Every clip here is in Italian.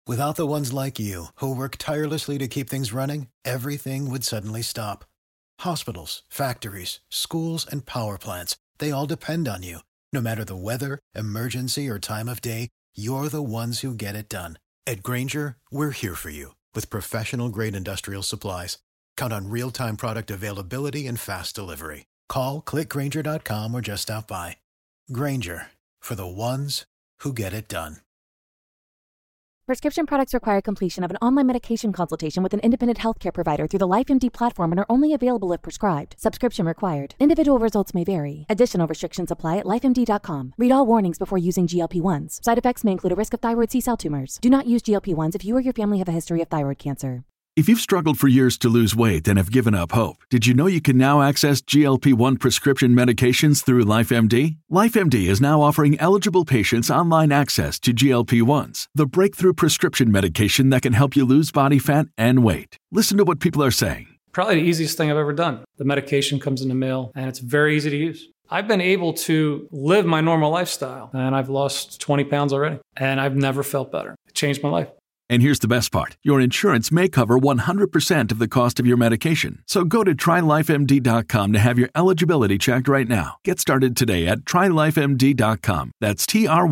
Without the ones like you, who work tirelessly to keep things running, everything would suddenly stop. Hospitals, factories, schools, and power plants, they all depend on you. No matter the weather, emergency, or time of day, you're the ones who get it done. At Grainger, we're here for you with professional-grade industrial supplies. Count on real-time product availability and fast delivery. Call, click Grainger.com, or just stop by. Grainger, for the ones who get it done. Prescription products require completion of an online medication consultation with an independent healthcare provider through the LifeMD platform and are only available if prescribed. Subscription required. Individual results may vary. Additional restrictions apply at lifemd.com. Read all warnings before using GLP-1s. Side effects may include a risk of thyroid C-cell tumors. Do not use GLP-1s if you or your family have a history of thyroid cancer. If you've struggled for years to lose weight and have given up hope, did you know you can now access GLP-1 prescription medications through LifeMD? LifeMD is now offering eligible patients online access to GLP-1s, the breakthrough prescription medication that can help you lose body fat and weight. Listen to what people are saying. Probably the easiest thing I've ever done. The medication comes in the mail, and it's very easy to use. I've been able to live my normal lifestyle, and I've lost 20 pounds already, and I've never felt better. It changed my life. And here's the best part. Your insurance may cover 100% of the cost of your medication. So go to TryLifeMD.com to have your eligibility checked right now. Get started today at TryLifeMD.com. That's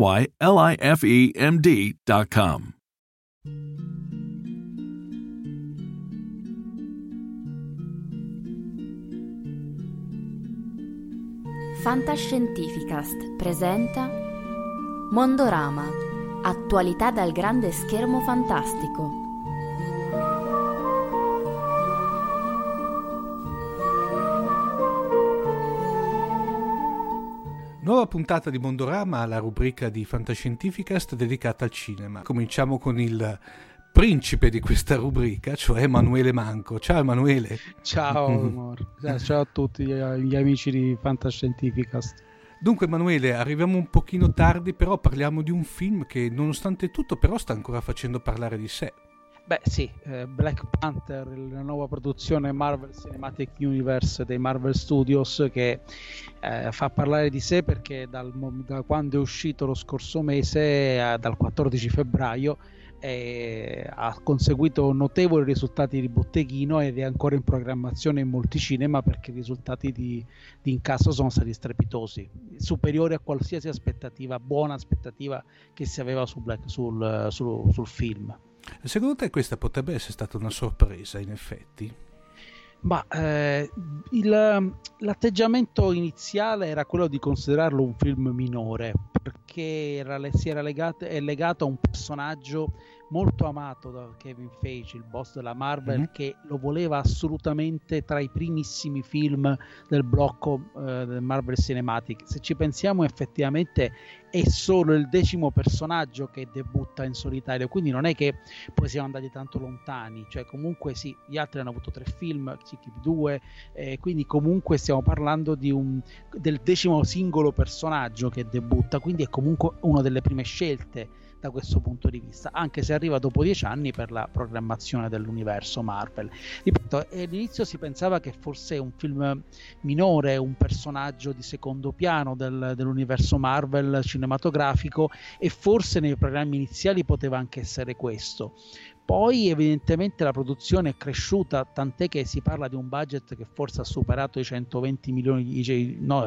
TryLifeMD.com. Fantascientificast presenta Mondorama, attualità dal grande schermo fantastico. Nuova puntata di Mondorama, la rubrica di Fantascientificast dedicata al cinema. Cominciamo con il principe di questa rubrica, cioè Emanuele Manco. Ciao Emanuele. Ciao amor. Ciao a tutti gli amici di Fantascientificast. Dunque Emanuele, arriviamo un pochino tardi, però parliamo di un film che nonostante tutto però sta ancora facendo parlare di sé. Beh sì, Black Panther, la nuova produzione Marvel Cinematic Universe dei Marvel Studios, che fa parlare di sé perché da quando è uscito lo scorso mese, dal 14 febbraio, ha conseguito notevoli risultati di botteghino ed è ancora in programmazione in molti cinema perché i risultati di incasso sono stati strepitosi, superiori a qualsiasi aspettativa, buona aspettativa che si aveva sul film. Secondo te questa potrebbe essere stata una sorpresa in effetti? Ma l'atteggiamento iniziale era quello di considerarlo un film minore perché è legato a un personaggio molto amato da Kevin Feige, il boss della Marvel, che lo voleva assolutamente tra i primissimi film del blocco del Marvel Cinematic. Se ci pensiamo, effettivamente è solo il 10° personaggio che debutta in solitario, quindi non è che poi siamo andati tanto lontani, cioè comunque sì, gli altri hanno avuto 3 film, CKV 2, quindi comunque stiamo parlando del 10° singolo personaggio che debutta, quindi è comunque una delle prime scelte da questo punto di vista, anche se arriva dopo 10 anni per la programmazione dell'universo Marvel. Ripeto, all'inizio si pensava che fosse un film minore, un personaggio di secondo piano dell'universo Marvel cinematografico, e forse nei programmi iniziali poteva anche essere questo. Poi evidentemente la produzione è cresciuta, tant'è che si parla di un budget che forse ha superato i 120 milioni, no,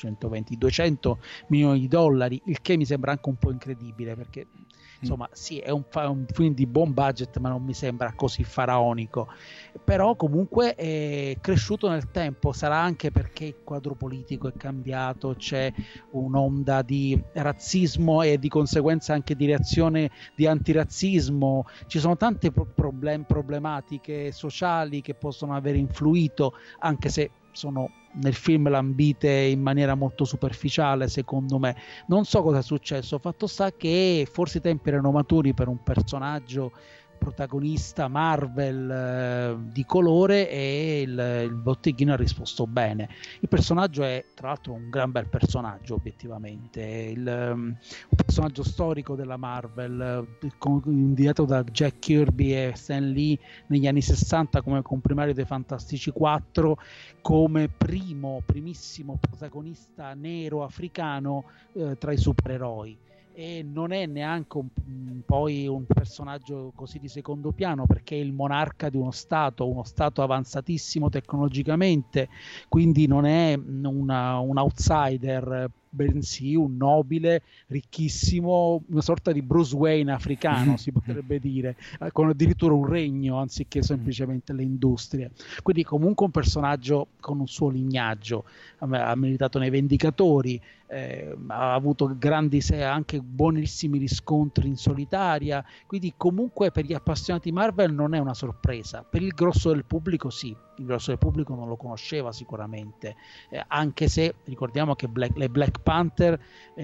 200 milioni di dollari, il che mi sembra anche un po' incredibile perché insomma sì, è un film di buon budget, ma non mi sembra così faraonico. Però comunque è cresciuto nel tempo, sarà anche perché il quadro politico è cambiato, c'è un'onda di razzismo e di conseguenza anche di reazione di antirazzismo, ci sono tante problematiche sociali che possono aver influito, anche se sono nel film lambite in maniera molto superficiale, secondo me. Non so cosa è successo, fatto sta che forse i tempi erano maturi per un personaggio protagonista Marvel di colore, e il botteghino ha risposto bene. Il personaggio è tra l'altro un gran bel personaggio, obiettivamente, un personaggio storico della Marvel, ideato da Jack Kirby e Stan Lee negli anni 60 come comprimario dei Fantastici 4, come primissimo protagonista nero africano tra i supereroi. e non è neanche poi un personaggio così di secondo piano, perché è il monarca di uno stato avanzatissimo tecnologicamente, quindi non è un outsider, bensì un nobile ricchissimo, una sorta di Bruce Wayne africano, si potrebbe dire, con addirittura un regno anziché semplicemente le industrie. Quindi comunque un personaggio con un suo lignaggio, ha militato nei Vendicatori, ha avuto anche buonissimi riscontri in solitaria, quindi comunque per gli appassionati Marvel non è una sorpresa, per il grosso del pubblico sì, il grosso del pubblico non lo conosceva sicuramente, anche se ricordiamo che le Black Panther,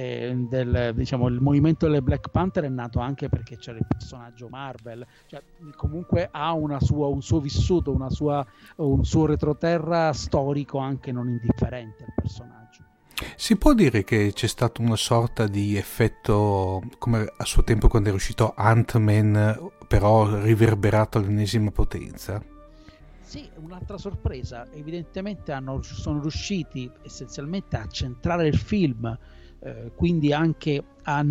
il movimento delle Black Panther è nato anche perché c'era il personaggio Marvel, cioè comunque ha un suo vissuto, un suo retroterra storico anche non indifferente al personaggio. Si può dire che c'è stato una sorta di effetto come a suo tempo quando era uscito Ant-Man, però riverberato all'ennesima potenza? Sì, un'altra sorpresa. Evidentemente sono riusciti essenzialmente a centrare il film, quindi anche a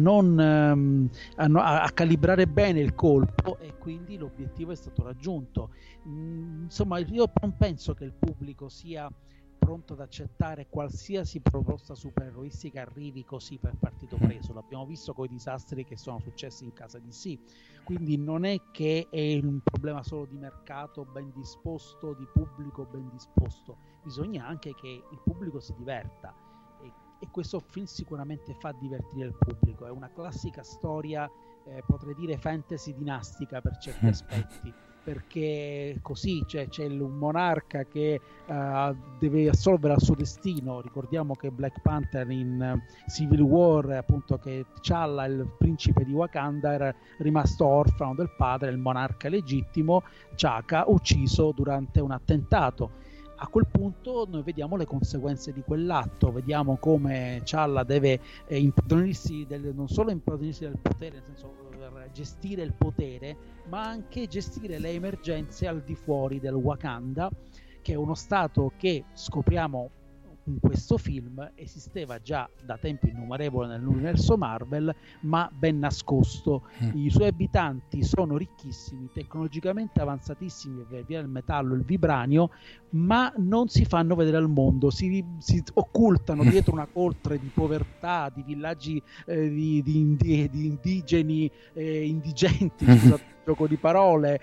calibrare bene il colpo, e quindi l'obiettivo è stato raggiunto. Insomma, io non penso che il pubblico sia pronto ad accettare qualsiasi proposta supereroistica arrivi così per partito preso. L'abbiamo visto con i disastri che sono successi in casa DC, quindi non è che è un problema solo di mercato ben disposto, di pubblico ben disposto, bisogna anche che il pubblico si diverta, e questo film sicuramente fa divertire il pubblico. È una classica storia, potrei dire fantasy dinastica per certi aspetti, perché così c'è un monarca che deve assolvere al suo destino. Ricordiamo che Black Panther in Civil War, appunto, che T'Challa, il principe di Wakanda, era rimasto orfano del padre, il monarca legittimo, T'Chaka, ucciso durante un attentato. A quel punto noi vediamo le conseguenze di quell'atto, vediamo come T'Challa deve impadronirsi non solo impadronirsi del potere, nel senso gestire il potere, ma anche gestire le emergenze al di fuori del Wakanda, che è uno stato che scopriamo in questo film esisteva già da tempo innumerevole nell'universo Marvel, ma ben nascosto. I suoi abitanti sono ricchissimi, tecnologicamente avanzatissimi via il metallo, il vibranio, ma non si fanno vedere al mondo, si occultano dietro una coltre di povertà, di villaggi di indigeni, indigenti, gioco di parole,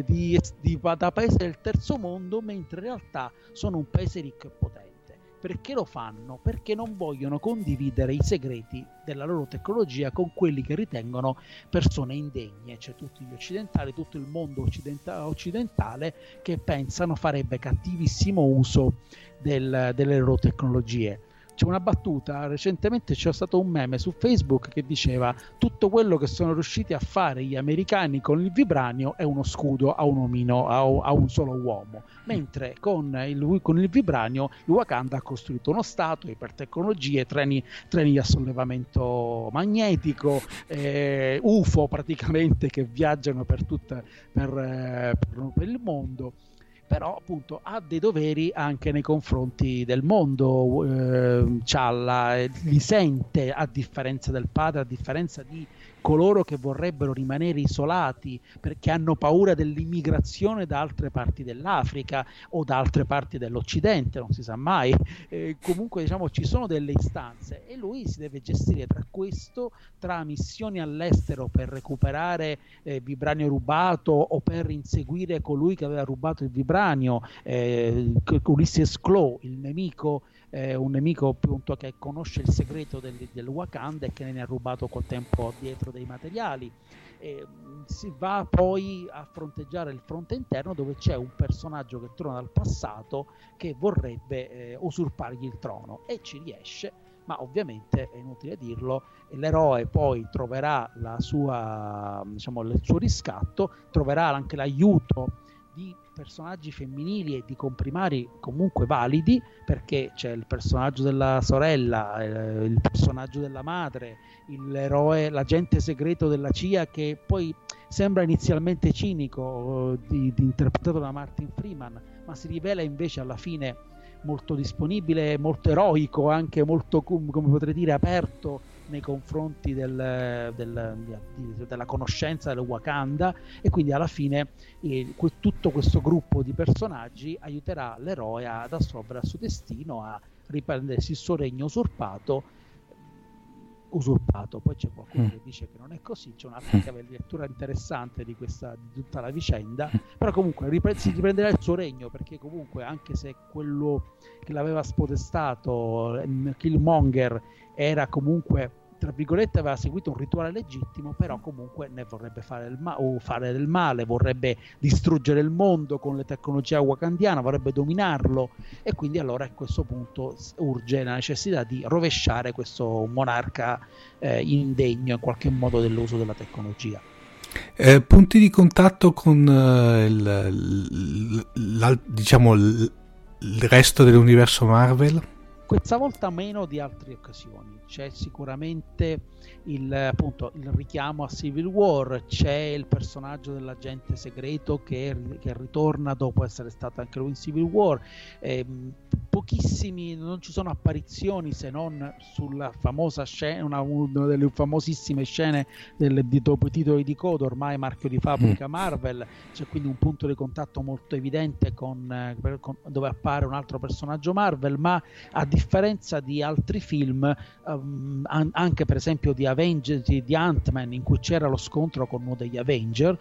da paese del terzo mondo, mentre in realtà sono un paese ricco e potente. Perché lo fanno? Perché non vogliono condividere i segreti della loro tecnologia con quelli che ritengono persone indegne, cioè tutti gli occidentali, tutto il mondo occidentale che pensano farebbe cattivissimo uso delle loro tecnologie. C'è una battuta, recentemente c'è stato un meme su Facebook che diceva: tutto quello che sono riusciti a fare gli americani con il vibranio è uno scudo a un omino, a un solo uomo, mentre con il vibranio il Wakanda ha costruito uno stato, ipertecnologie, treni di sollevamento magnetico, UFO praticamente che viaggiano per il mondo. Però appunto ha dei doveri anche nei confronti del mondo. T'Challa li sente, a differenza del padre, a differenza di coloro che vorrebbero rimanere isolati perché hanno paura dell'immigrazione da altre parti dell'Africa o da altre parti dell'Occidente, non si sa mai. Comunque diciamo ci sono delle istanze e lui si deve gestire tra missioni all'estero per recuperare vibranio rubato o per inseguire colui che aveva rubato il vibranio, Ulysses Klaue, il nemico, un nemico appunto che conosce il segreto del Wakanda e che ne ha rubato col tempo dietro dei materiali. Si va poi a fronteggiare il fronte interno, dove c'è un personaggio che torna dal passato che vorrebbe usurpargli il trono, e ci riesce, ma ovviamente è inutile dirlo, l'eroe poi troverà il suo riscatto, troverà anche l'aiuto di personaggi femminili e di comprimari comunque validi, perché c'è il personaggio della sorella, il personaggio della madre, l'eroe, l'agente segreto della CIA che poi sembra inizialmente cinico, interpretato da Martin Freeman, ma si rivela invece alla fine molto disponibile, molto eroico, anche molto, come potrei dire, aperto nei confronti della conoscenza del Wakanda, e quindi alla fine tutto questo gruppo di personaggi aiuterà l'eroe ad assolvere il suo destino, a riprendersi il suo regno usurpato. Poi c'è qualcuno che dice che non è così, c'è un'altra chiave di lettura interessante di tutta la vicenda, però comunque si riprenderà il suo regno, perché comunque anche se quello che l'aveva spodestato, Killmonger, era comunque, tra virgolette, aveva seguito un rituale legittimo, però comunque ne vorrebbe fare del male, vorrebbe distruggere il mondo con le tecnologie wakandiane, vorrebbe dominarlo, e quindi allora a questo punto urge la necessità di rovesciare questo monarca indegno in qualche modo dell'uso della tecnologia. Punti di contatto con il resto dell'universo Marvel? Questa volta meno di altre occasioni. C'è sicuramente il richiamo a Civil War, c'è il personaggio dell'agente segreto che ritorna dopo essere stato anche lui in Civil War. Pochissimi, non ci sono apparizioni se non sulla famosa scena, una delle famosissime scene dopo i titoli di coda, ormai marchio di fabbrica Marvel. C'è quindi un punto di contatto molto evidente dove appare un altro personaggio Marvel, ma a differenza di altri film, anche per esempio di Ant-Man, in cui c'era lo scontro con uno degli Avenger,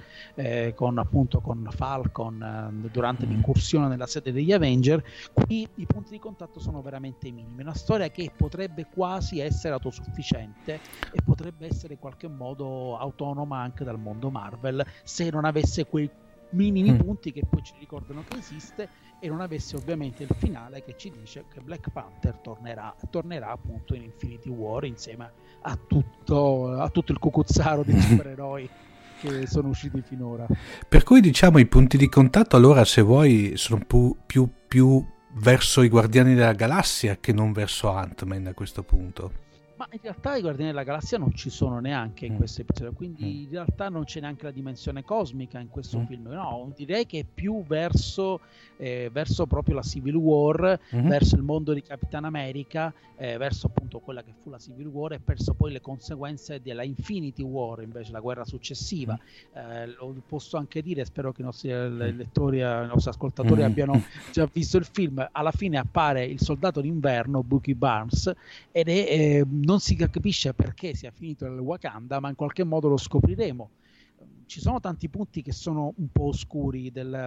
con Falcon durante l'incursione nella sede degli Avenger, qui i punti di contatto sono veramente minimi. Una storia che potrebbe quasi essere autosufficiente e potrebbe essere in qualche modo autonoma anche dal mondo Marvel, se non avesse quei minimi punti che poi ci ricordano che esiste, e non avesse ovviamente il finale che ci dice che Black Panther tornerà appunto in Infinity War insieme a tutto il cucuzzaro di supereroi che sono usciti finora. Per cui diciamo i punti di contatto allora, se vuoi, sono più verso i Guardiani della Galassia che non verso Ant-Man a questo punto. Ma in realtà i Guardiani della Galassia non ci sono neanche in questo episodio, quindi in realtà non c'è neanche la dimensione cosmica in questo film. No, direi che è più verso proprio la Civil War, verso il mondo di Capitan America, verso appunto quella che fu la Civil War, e verso poi le conseguenze della Infinity War, invece la guerra successiva. Lo posso anche dire, spero che i nostri lettori, i nostri ascoltatori abbiano già visto il film. Alla fine appare il soldato d'inverno Bucky Barnes, ed è non si capisce perché sia finito nel Wakanda, ma in qualche modo lo scopriremo. Ci sono tanti punti che sono un po' oscuri della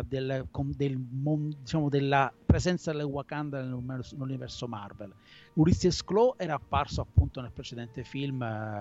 presenza del Wakanda nell'universo Marvel. Ulysses Klaue era apparso appunto nel precedente film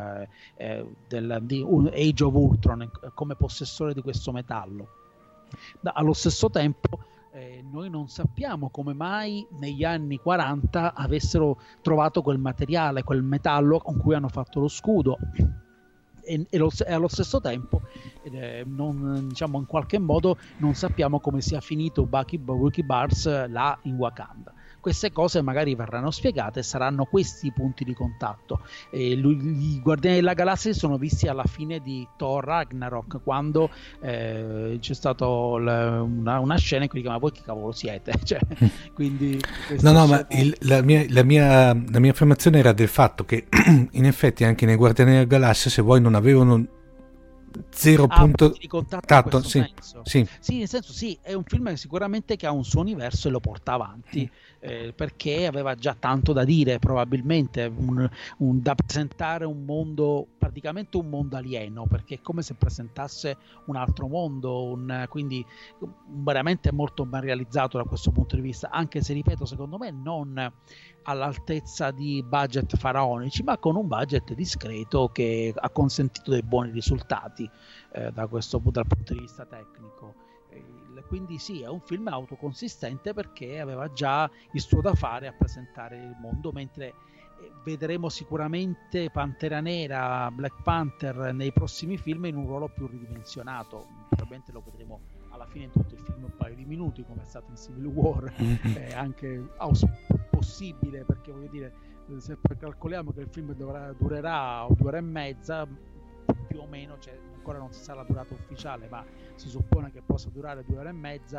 di Age of Ultron come possessore di questo metallo. Allo stesso tempo noi non sappiamo come mai negli anni 40 avessero trovato quel materiale, quel metallo con cui hanno fatto lo scudo, e allo stesso tempo in qualche modo non sappiamo come sia finito Bucky Barnes là in Wakanda. Queste cose magari verranno spiegate e saranno questi i punti di contatto. I Guardiani della Galassia sono visti alla fine di Thor Ragnarok, quando c'è stata una scena in cui dicono: ma voi che cavolo siete? Quindi la mia affermazione era del fatto che in effetti anche nei Guardiani della Galassia, se vuoi, non avevano zero punto di contatto, sì. Nel senso, sì, è un film che sicuramente ha un suo universo e lo porta avanti, perché aveva già tanto da dire, probabilmente da presentare un mondo, praticamente un mondo alieno, perché è come se presentasse un altro mondo, quindi veramente molto ben realizzato da questo punto di vista, anche se, ripeto, secondo me non all'altezza di budget faraonici, ma con un budget discreto che ha consentito dei buoni risultati dal punto di vista tecnico. Quindi sì, è un film autoconsistente perché aveva già il suo da fare a presentare il mondo, mentre vedremo sicuramente Pantera Nera, Black Panther nei prossimi film in un ruolo più ridimensionato. Probabilmente lo vedremo alla fine in tutto il film un paio di minuti, come è stato in Civil War, anche possibile, perché voglio dire, se calcoliamo che il film durerà 2 ore e mezza più o meno, ancora non si sa la durata ufficiale, ma si suppone che possa durare 2 ore e mezza,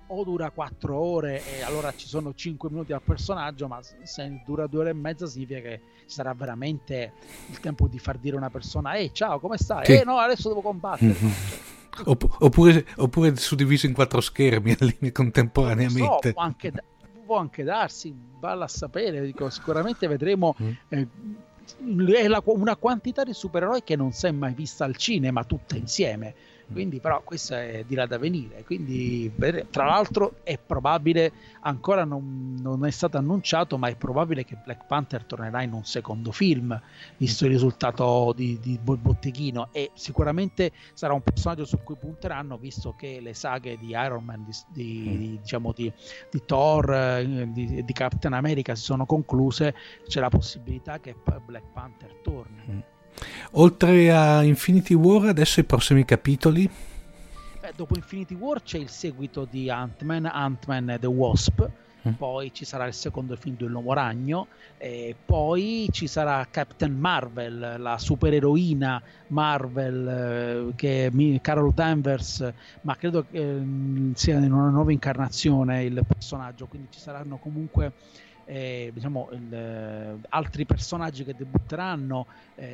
o dura 4 ore e allora ci sono 5 minuti al personaggio, ma se dura 2 ore e mezza significa che ci sarà veramente il tempo di far dire a una persona ciao, come stai? Sì. No, adesso devo combattere. Oppure suddiviso in 4 schermi contemporaneamente. Può anche darsi, vale a sapere, dico, sicuramente vedremo una quantità di supereroi che non si è mai vista al cinema tutta insieme, quindi però questo è di là da venire, quindi tra l'altro è probabile, ancora non è stato annunciato, ma è probabile che Black Panther tornerà in un secondo film, visto il risultato di Botteghino, e sicuramente sarà un personaggio su cui punteranno, visto che le saghe di Iron Man, di Thor, di Captain America si sono concluse, c'è la possibilità che Black Panther torni. Oltre a Infinity War, adesso i prossimi capitoli? Dopo Infinity War c'è il seguito di Ant-Man and the Wasp, poi ci sarà il secondo film del Nuovo Ragno, poi ci sarà Captain Marvel, la supereroina Marvel, che è Carol Danvers, ma credo che sia in una nuova incarnazione il personaggio, quindi ci saranno comunque altri personaggi che debutteranno,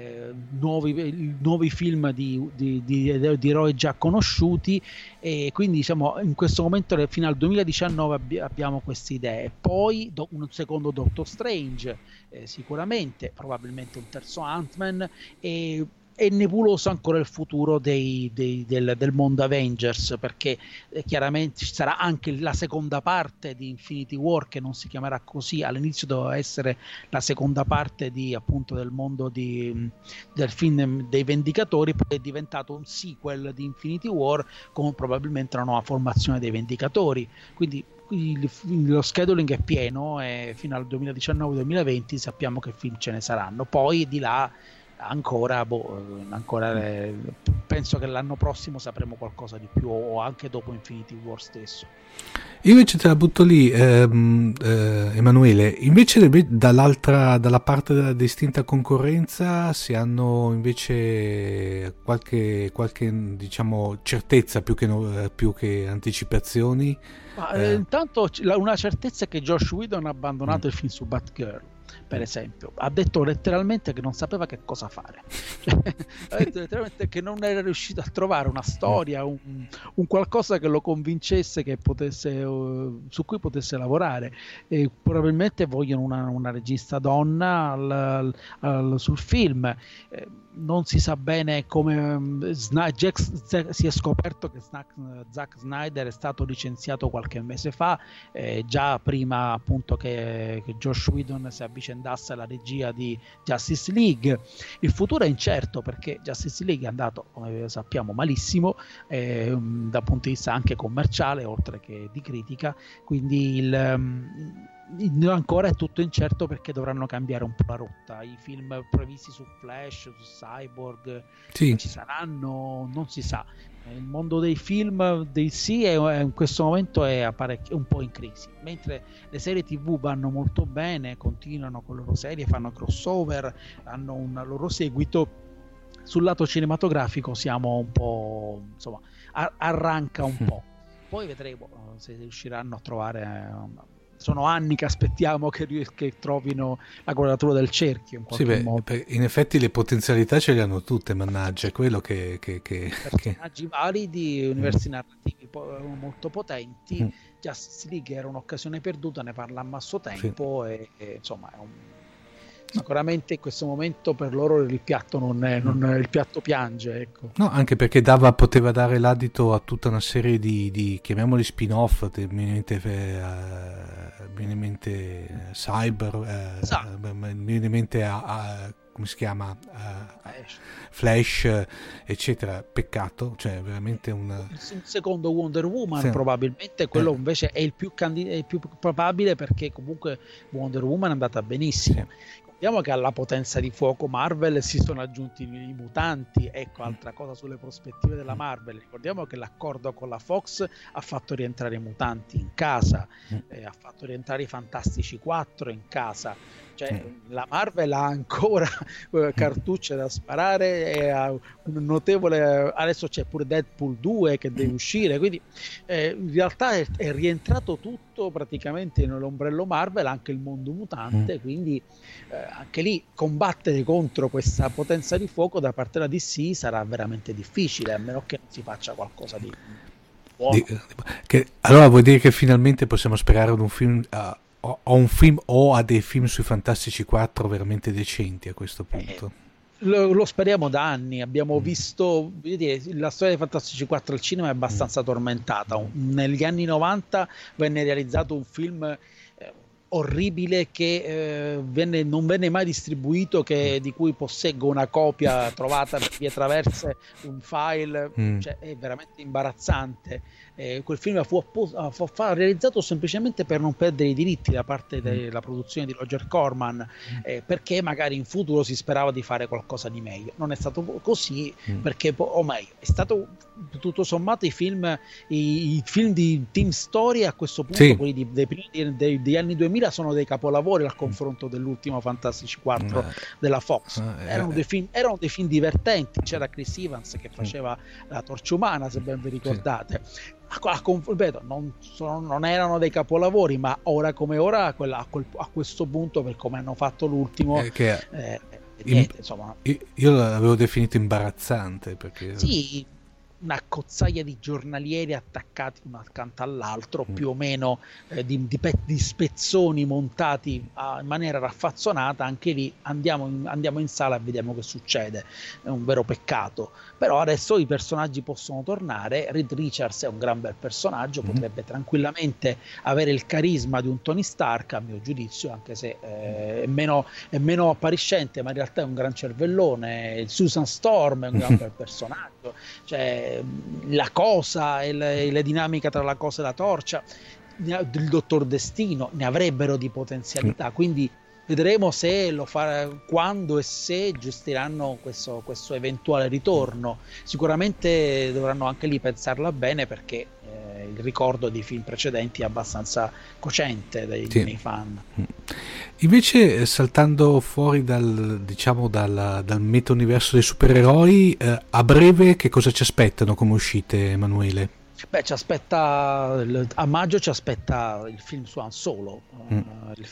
nuovi film di eroi già conosciuti, e quindi in questo momento fino al 2019 abbiamo queste idee. Poi un secondo Doctor Strange, sicuramente, probabilmente un terzo Ant-Man, e è nebuloso ancora il futuro del mondo Avengers, perché chiaramente ci sarà anche la seconda parte di Infinity War, che non si chiamerà così, all'inizio doveva essere la seconda parte appunto del mondo del film dei Vendicatori, poi è diventato un sequel di Infinity War con probabilmente una nuova formazione dei Vendicatori, quindi lo scheduling è pieno, e fino al 2019-2020 sappiamo che film ce ne saranno. Poi di là ancora penso che l'anno prossimo sapremo qualcosa di più, o anche dopo Infinity War stesso. Io invece te la butto lì, Emanuele, invece dalla parte della distinta concorrenza si hanno invece qualche diciamo certezza più che anticipazioni. Intanto una certezza è che Joss Whedon ha abbandonato il film su Batgirl, per esempio. Ha detto letteralmente che non sapeva che cosa fare, ha detto letteralmente che non era riuscito a trovare una storia, un qualcosa che lo convincesse, che su cui potesse lavorare, e probabilmente vogliono una regista donna sul film. Non si sa bene come si è scoperto che Zack Snyder è stato licenziato qualche mese fa, già prima appunto che Joss Whedon si avvicendasse alla regia di Justice League. Il futuro è incerto, perché Justice League è andato, come sappiamo, malissimo dal punto di vista anche commerciale, oltre che di critica, quindi ancora è tutto incerto, perché dovranno cambiare un po' la rotta. I film previsti su Flash, su Cyborg, ci saranno, non si sa. Il mondo dei film DC in questo momento è un po' in crisi, mentre le serie TV vanno molto bene, continuano con le loro serie, fanno crossover, hanno un loro seguito. Sul lato cinematografico siamo un po', insomma, arranca un po'. Poi vedremo se riusciranno a trovare. Sono anni che aspettiamo che trovino la quadratura del cerchio in qualche modo. In effetti le potenzialità ce le hanno tutte, mannaggia, è quello che personaggi validi, universi narrativi molto potenti. Justice League era un'occasione perduta, ne parlammo a suo tempo, e insomma sicuramente in questo momento per loro il piatto il piatto piange, ecco. No, anche perché poteva dare l'adito a tutta una serie di chiamiamoli spin-off, mi viene in mente Cyber, mi viene in mente come si chiama, Flash, eccetera. Peccato, cioè veramente un secondo Wonder Woman, probabilmente quello invece è il più probabile, perché comunque Wonder Woman è andata benissimo. Vediamo che alla potenza di fuoco Marvel si sono aggiunti i mutanti, ecco, altra cosa sulle prospettive della Marvel. Ricordiamo che l'accordo con la Fox ha fatto rientrare i mutanti in casa, ha fatto rientrare i Fantastici 4 in casa. Cioè, la Marvel ha ancora cartucce da sparare e ha un notevole, adesso c'è pure Deadpool 2 che deve uscire, quindi in realtà è rientrato tutto praticamente nell'ombrello Marvel, anche il mondo mutante, quindi anche lì combattere contro questa potenza di fuoco da parte della DC sarà veramente difficile, a meno che non si faccia qualcosa di buono. Allora vuol dire che finalmente possiamo sperare ad un film o a dei film sui Fantastici 4 veramente decenti a questo punto. Lo speriamo da anni. Abbiamo visto, la storia dei Fantastici 4 al cinema è abbastanza tormentata. Negli anni 90 venne realizzato un film orribile che non venne mai distribuito, di cui posseggo una copia trovata per vie traverse, un file, cioè è veramente imbarazzante. Quel film fu realizzato semplicemente per non perdere i diritti da parte della produzione di Roger Corman, perché magari in futuro si sperava di fare qualcosa di meglio. Non è stato così, perché o meglio, è stato tutto sommato i film di Team Story a questo punto, quelli degli anni 2000, sono dei capolavori al confronto dell'ultimo Fantastici 4 della Fox. Erano dei film divertenti. C'era Chris Evans che faceva la Torcia Umana, se ben vi ricordate. Ripeto, non erano dei capolavori, ma ora come ora a questo punto, per come hanno fatto l'ultimo, insomma, io l'avevo definito imbarazzante, perché sì, una cozzaglia di giornalieri attaccati uno accanto all'altro, più o meno di spezzoni montati in maniera raffazzonata. Anche lì andiamo in sala e vediamo che succede. È un vero peccato. Però adesso i personaggi possono tornare. Reed Richards è un gran bel personaggio, potrebbe tranquillamente avere il carisma di un Tony Stark, a mio giudizio, anche se è meno appariscente, ma in realtà è un gran cervellone. Il Susan Storm è un gran bel personaggio, cioè la Cosa e le dinamiche tra la Cosa e la Torcia, il Dottor Destino ne avrebbero di potenzialità, quindi vedremo se quando e se gestiranno questo eventuale ritorno. Sicuramente dovranno anche lì pensarla bene, perché il ricordo di film precedenti è abbastanza cocente nei fan. Invece, saltando fuori dal meta-universo dei supereroi, a breve che cosa ci aspettano come uscite, Emanuele? Beh, a maggio ci aspetta il film su Han Solo, il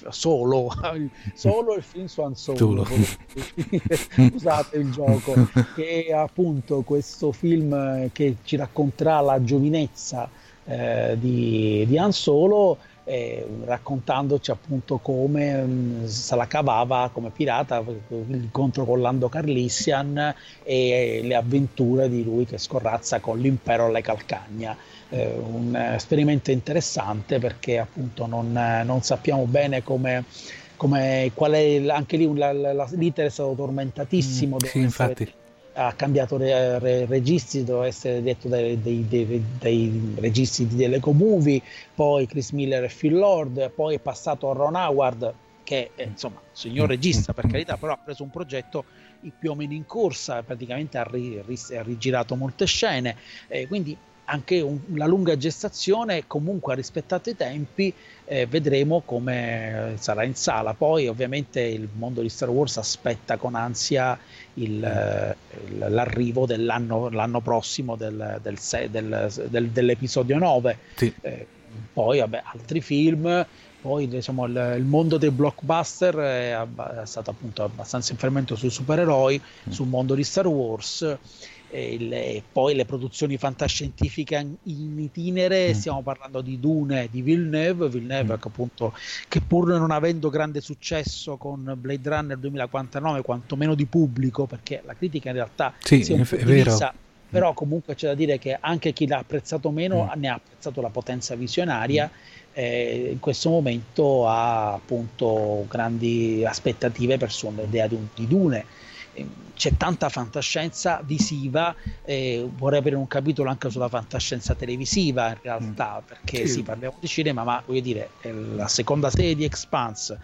film su Han Solo. Scusate il gioco, che è appunto questo film che ci racconterà la giovinezza di Han Solo, raccontandoci appunto come se la cavava come pirata, l'incontro con Lando Calrissian e le avventure di lui che scorrazza con l'impero alle calcagna. Un esperimento interessante, perché appunto non sappiamo bene qual è. Anche lì l'iter è stato tormentatissimo. Sì, infatti. Ha cambiato registi, doveva essere detto dai registi di Lego Movie, poi Chris Miller e Phil Lord, poi è passato a Ron Howard, che è insomma signor regista, per carità, però ha preso un progetto più o meno in corsa, praticamente ha rigirato molte scene, quindi anche la lunga gestazione. Comunque ha rispettato i tempi, vedremo come sarà in sala. Poi ovviamente il mondo di Star Wars aspetta con ansia l'arrivo l'anno prossimo dell'episodio 9. Sì. Poi altri film. Poi diciamo il mondo dei blockbuster è stato appunto abbastanza in fermento sui supereroi, sul mondo di Star Wars. Poi le produzioni fantascientifiche in itinere. Stiamo parlando di Dune di Villeneuve che pur non avendo grande successo con Blade Runner 2049, quantomeno di pubblico, perché la critica in realtà si è un po' divisa, però comunque c'è da dire che anche chi l'ha apprezzato meno ne ha apprezzato la potenza visionaria. In questo momento ha appunto grandi aspettative per l'idea di Dune, c'è tanta fantascienza visiva, vorrei aprire un capitolo anche sulla fantascienza televisiva in realtà, perché sì, parliamo di cinema, ma voglio dire, la seconda serie di Expanse,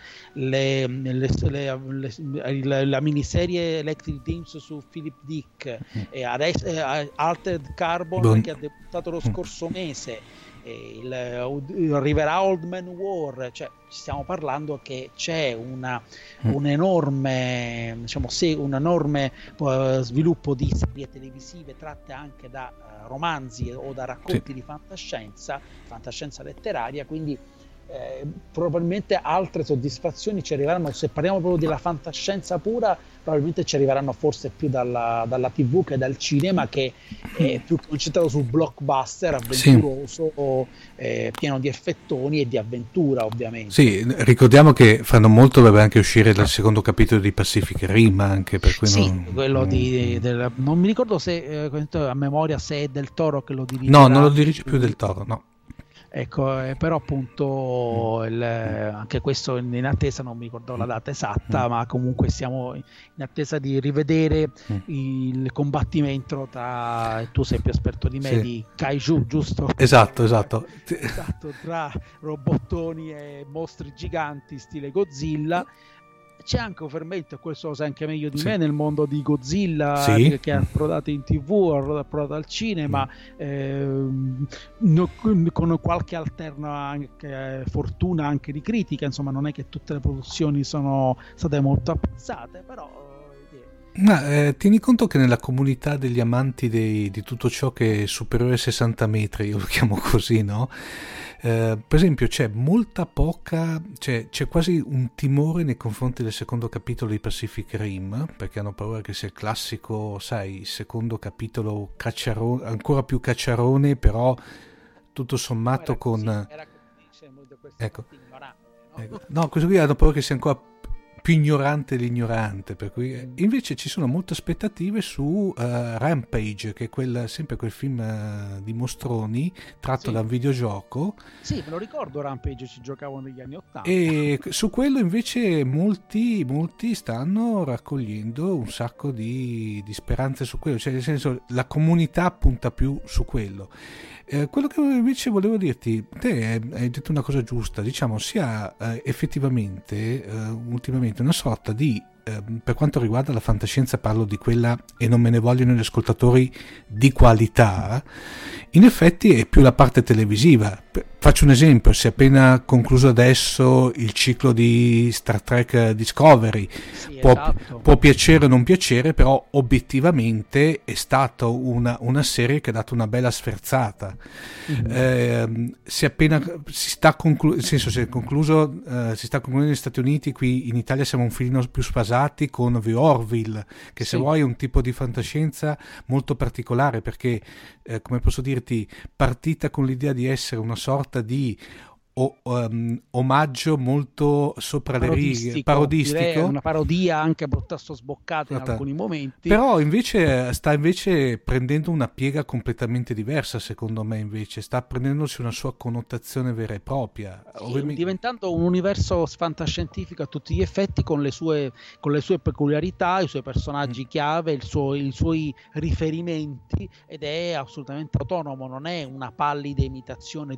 la miniserie Electric Dreams su Philip Dick, Altered Carbon che ha debuttato lo scorso mese, arriverà Old Man War, cioè stiamo parlando che c'è un enorme, diciamo, un enorme sviluppo di serie televisive tratte anche da romanzi o da racconti di fantascienza letteraria, quindi probabilmente altre soddisfazioni ci arriveranno. Se parliamo proprio della fantascienza pura, probabilmente ci arriveranno forse più dalla TV che dal cinema, che è più concentrato sul blockbuster avventuroso, pieno di effettoni e di avventura, ovviamente. Sì, ricordiamo che fanno molto, dovrebbe anche uscire dal secondo capitolo di Pacific Rim, anche per cui quello non mi ricordo se a memoria se è Del Toro che lo dirige. No, non lo dirige più Del Toro, no. Ecco, però appunto anche questo in attesa, non mi ricordo la data esatta, ma comunque siamo in attesa di rivedere il combattimento tra, tu sei più esperto di me, di kaiju, giusto? Esatto, tra robottoni e mostri giganti stile Godzilla. C'è anche un fermento, questo lo sai anche meglio di me, nel mondo di Godzilla, che ha approdato in TV, ha approdato al cinema, con qualche alterna anche, fortuna anche di critica, insomma non è che tutte le produzioni sono state molto apprezzate, però... tieni conto che nella comunità degli amanti di tutto ciò che è superiore ai 60 metri, io lo chiamo così, no? Per esempio c'è quasi un timore nei confronti del secondo capitolo di Pacific Rim, perché hanno paura che sia il classico, sai, secondo capitolo cacciarone, ancora più cacciarone, però tutto sommato ecco. No, questo qui hanno paura che sia ancora più ignorante l'ignorante, per cui invece ci sono molte aspettative su Rampage, che è sempre quel film di mostroni tratto da un videogioco. Sì, me lo ricordo, Rampage, ci giocavo negli anni '80. E su quello invece molti stanno raccogliendo un sacco di speranze su quello, cioè nel senso la comunità punta più su quello. Quello che invece volevo dirti, te hai detto una cosa giusta, diciamo, si ha effettivamente ultimamente una sorta di, per quanto riguarda la fantascienza, parlo di quella, e non me ne vogliono gli ascoltatori, di qualità, in effetti è più la parte televisiva. Faccio un esempio: si è appena concluso adesso il ciclo di Star Trek Discovery, può piacere o non piacere, però obiettivamente è stata una serie che ha dato una bella sferzata. Si sta concludendo negli Stati Uniti, qui in Italia siamo un filino più spasati con The Orville, che se vuoi è un tipo di fantascienza molto particolare, perché come posso dirti, partita con l'idea di essere una sorta di omaggio molto sopra le righe, parodistico, una parodia anche piuttosto sboccata in alcuni momenti, però invece sta prendendo una piega completamente diversa, secondo me. Invece sta prendendosi una sua connotazione vera e propria, diventando un universo fantascientifico a tutti gli effetti, con le sue peculiarità, i suoi personaggi chiave, i suoi riferimenti, ed è assolutamente autonomo, non è una pallida imitazione di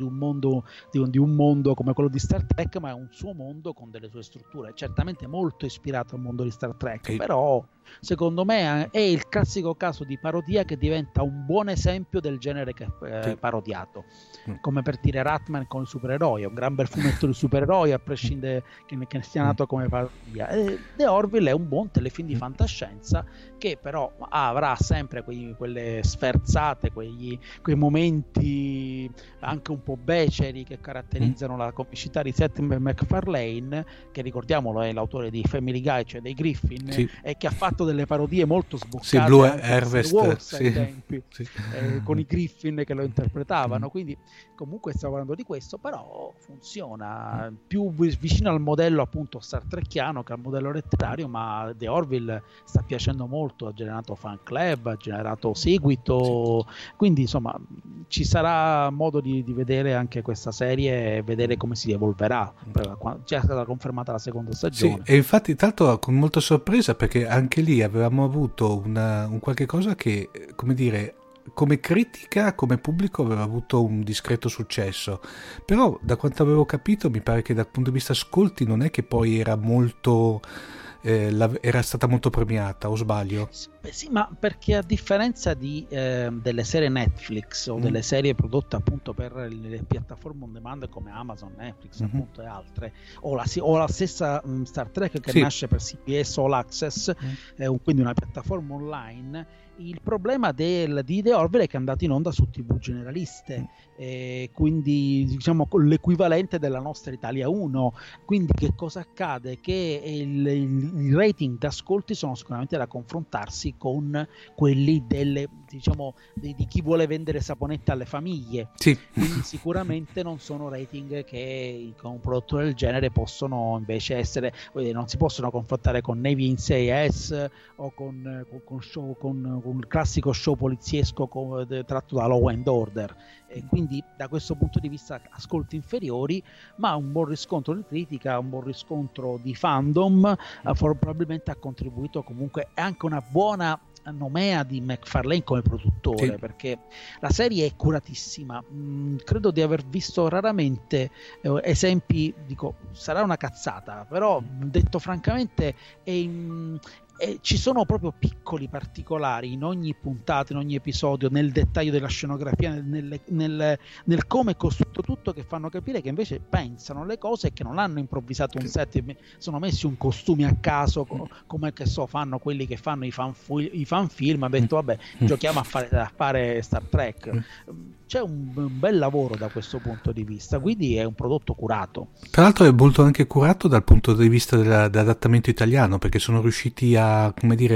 un mondo come quello di Star Trek, ma è un suo mondo con delle sue strutture, certamente molto ispirato al mondo di Star Trek, però secondo me è il classico caso di parodia che diventa un buon esempio del genere che è parodiato, come per dire Ratman con i supereroi, è un gran bel fumetto di supereroi, a prescindere che sia nato come parodia. The Orville è un buon telefilm di fantascienza che però avrà sempre quelle sferzate, quei momenti anche un po' beceri che caratterizzano la comicità di Seth MacFarlane, che ricordiamolo è l'autore di Family Guy, cioè dei Griffin, e che ha fatto delle parodie molto sboccate, Blue Harvest ai tempi, con i Griffin che lo interpretavano, quindi comunque stiamo parlando di questo, però funziona più vicino al modello appunto Star Trekiano che al modello letterario, ma The Orville sta piacendo molto, ha generato fan club, ha generato seguito, quindi insomma ci sarà modo di vedere anche questa serie e vedere come si evolverà. Già è stata confermata la seconda stagione. Sì, e infatti tanto con molta sorpresa, perché anche lì avevamo avuto un qualche cosa che, come dire, come critica, come pubblico aveva avuto un discreto successo, però da quanto avevo capito mi pare che dal punto di vista ascolti non è che poi era molto era stata molto premiata, o sbaglio? Sì, ma perché a differenza delle serie Netflix o delle serie prodotte appunto per le piattaforme on demand come Amazon, Netflix appunto e altre, o la stessa Star Trek che nasce per CBS All Access, quindi una piattaforma online, il problema di The Orville è che è andato in onda su TV generaliste, quindi diciamo l'equivalente della nostra Italia 1. Quindi che cosa accade? Che i rating d'ascolti sono sicuramente da confrontarsi con quelli di chi vuole vendere saponette alle famiglie. Sì. Quindi sicuramente non sono rating che con un prodotto del genere possono invece essere, non si possono confrontare con Navy in 6S o con il classico show poliziesco tratto da Law and Order. E quindi da questo punto di vista ascolti inferiori, ma un buon riscontro di critica, un buon riscontro di fandom, probabilmente ha contribuito comunque anche una buona nomea di McFarlane come produttore, perché la serie è curatissima. Credo di aver visto raramente esempi, dico sarà una cazzata, però detto francamente ci sono proprio piccoli particolari in ogni puntata, in ogni episodio, nel dettaglio della scenografia, nel come è costruito tutto, che fanno capire che invece pensano le cose e che non hanno improvvisato un set, sono messi un costume a caso, come fanno quelli che fanno i fan film, ha detto vabbè, giochiamo a fare Star Trek. C'è un bel lavoro da questo punto di vista, quindi è un prodotto curato. Tra l'altro è molto anche curato dal punto di vista dell'adattamento italiano, perché sono riusciti a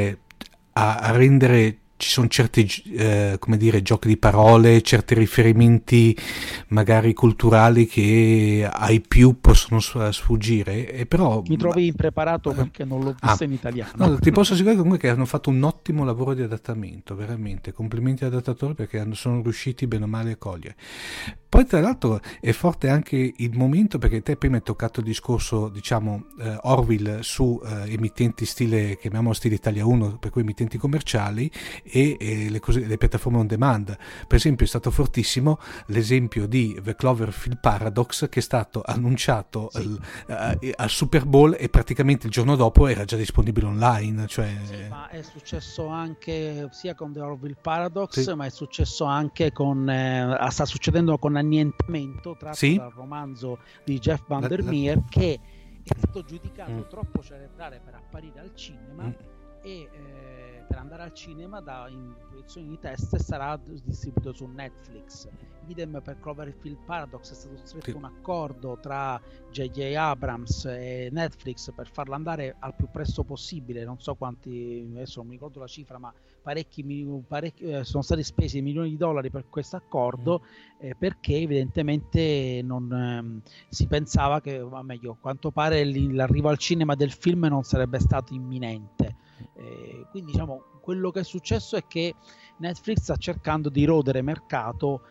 rendere, ci sono certi giochi di parole, certi riferimenti magari culturali che ai più possono sfuggire, e però mi trovi impreparato perché non l'ho vista in italiano. No, ti posso assicurare comunque che hanno fatto un ottimo lavoro di adattamento, veramente complimenti all'adattatore, perché sono riusciti bene o male a cogliere. Poi tra l'altro è forte anche il momento, perché te prima hai toccato il discorso, diciamo, Orville su emittenti chiamiamolo stile Italia 1, per cui emittenti commerciali, e le piattaforme on demand. Per esempio è stato fortissimo l'esempio di The Cloverfield Paradox, che è stato annunciato al Super Bowl e praticamente il giorno dopo era già disponibile online. Ma è successo anche sia con The Orville Paradox, ma è successo anche sta succedendo con Annientamento, tratto dal romanzo di Jeff Vandermeer, che è stato giudicato troppo cerebrale per apparire al cinema e per andare al cinema in proiezioni di test sarà distribuito su Netflix. Idem per Cloverfield Paradox, è stato stretto un accordo tra J.J. Abrams e Netflix per farlo andare al più presto possibile. Non so quanti, adesso non mi ricordo la cifra, ma parecchi sono stati spesi milioni di dollari per questo accordo, perché evidentemente non si pensava che, o meglio, a quanto pare l'arrivo al cinema del film non sarebbe stato imminente. Quindi diciamo quello che è successo è che Netflix sta cercando di erodere mercato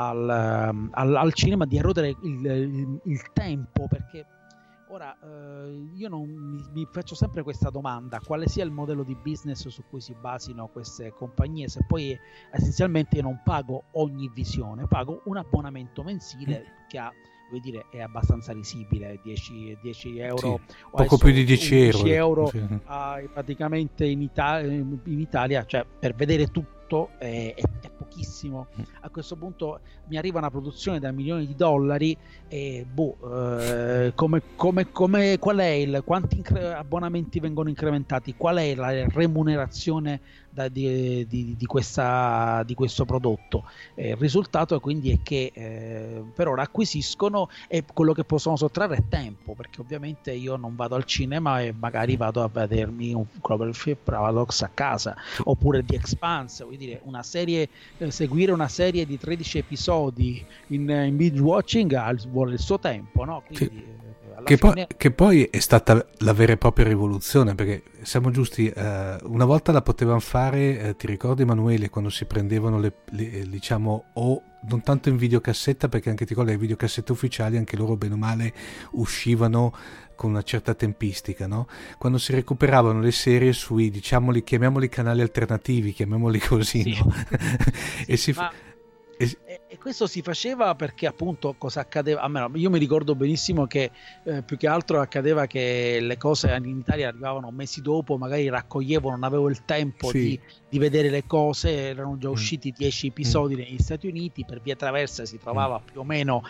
al cinema, di erodere il tempo, perché ora io mi faccio sempre questa domanda: quale sia il modello di business su cui si basino queste compagnie, se poi essenzialmente io non pago ogni visione, pago un abbonamento mensile che ha, vuol dire, è abbastanza risibile, 10 euro, poco più di 10 euro praticamente in Italia, cioè per vedere tutto è pochissimo. A questo punto mi arriva una produzione da milioni di dollari e qual è quanti abbonamenti vengono incrementati, qual è la remunerazione di questo prodotto? Il risultato quindi è che per ora acquisiscono, e quello che possono sottrarre è tempo, perché ovviamente io non vado al cinema e magari vado a vedermi un Cloverfield Paradox a casa, oppure The Expanse, vuol dire seguire una serie di 13 episodi in binge watching vuole il suo tempo, no? Quindi, che poi è stata la vera e propria rivoluzione, perché siamo giusti, una volta la potevano fare, ti ricordi Emanuele, quando si prendevano diciamo, o non tanto in videocassetta, perché anche ti ricordi le videocassette ufficiali, anche loro bene o male uscivano con una certa tempistica, no? Quando si recuperavano le serie sui, diciamoli, chiamiamoli canali alternativi, chiamiamoli così, sì. No? E questo si faceva perché appunto cosa accadeva? Almeno io mi ricordo benissimo che più che altro accadeva che le cose in Italia arrivavano mesi dopo, magari raccoglievo, non avevo il tempo di vedere le cose, erano già usciti 10 episodi negli Stati Uniti, per via traversa si trovava più o meno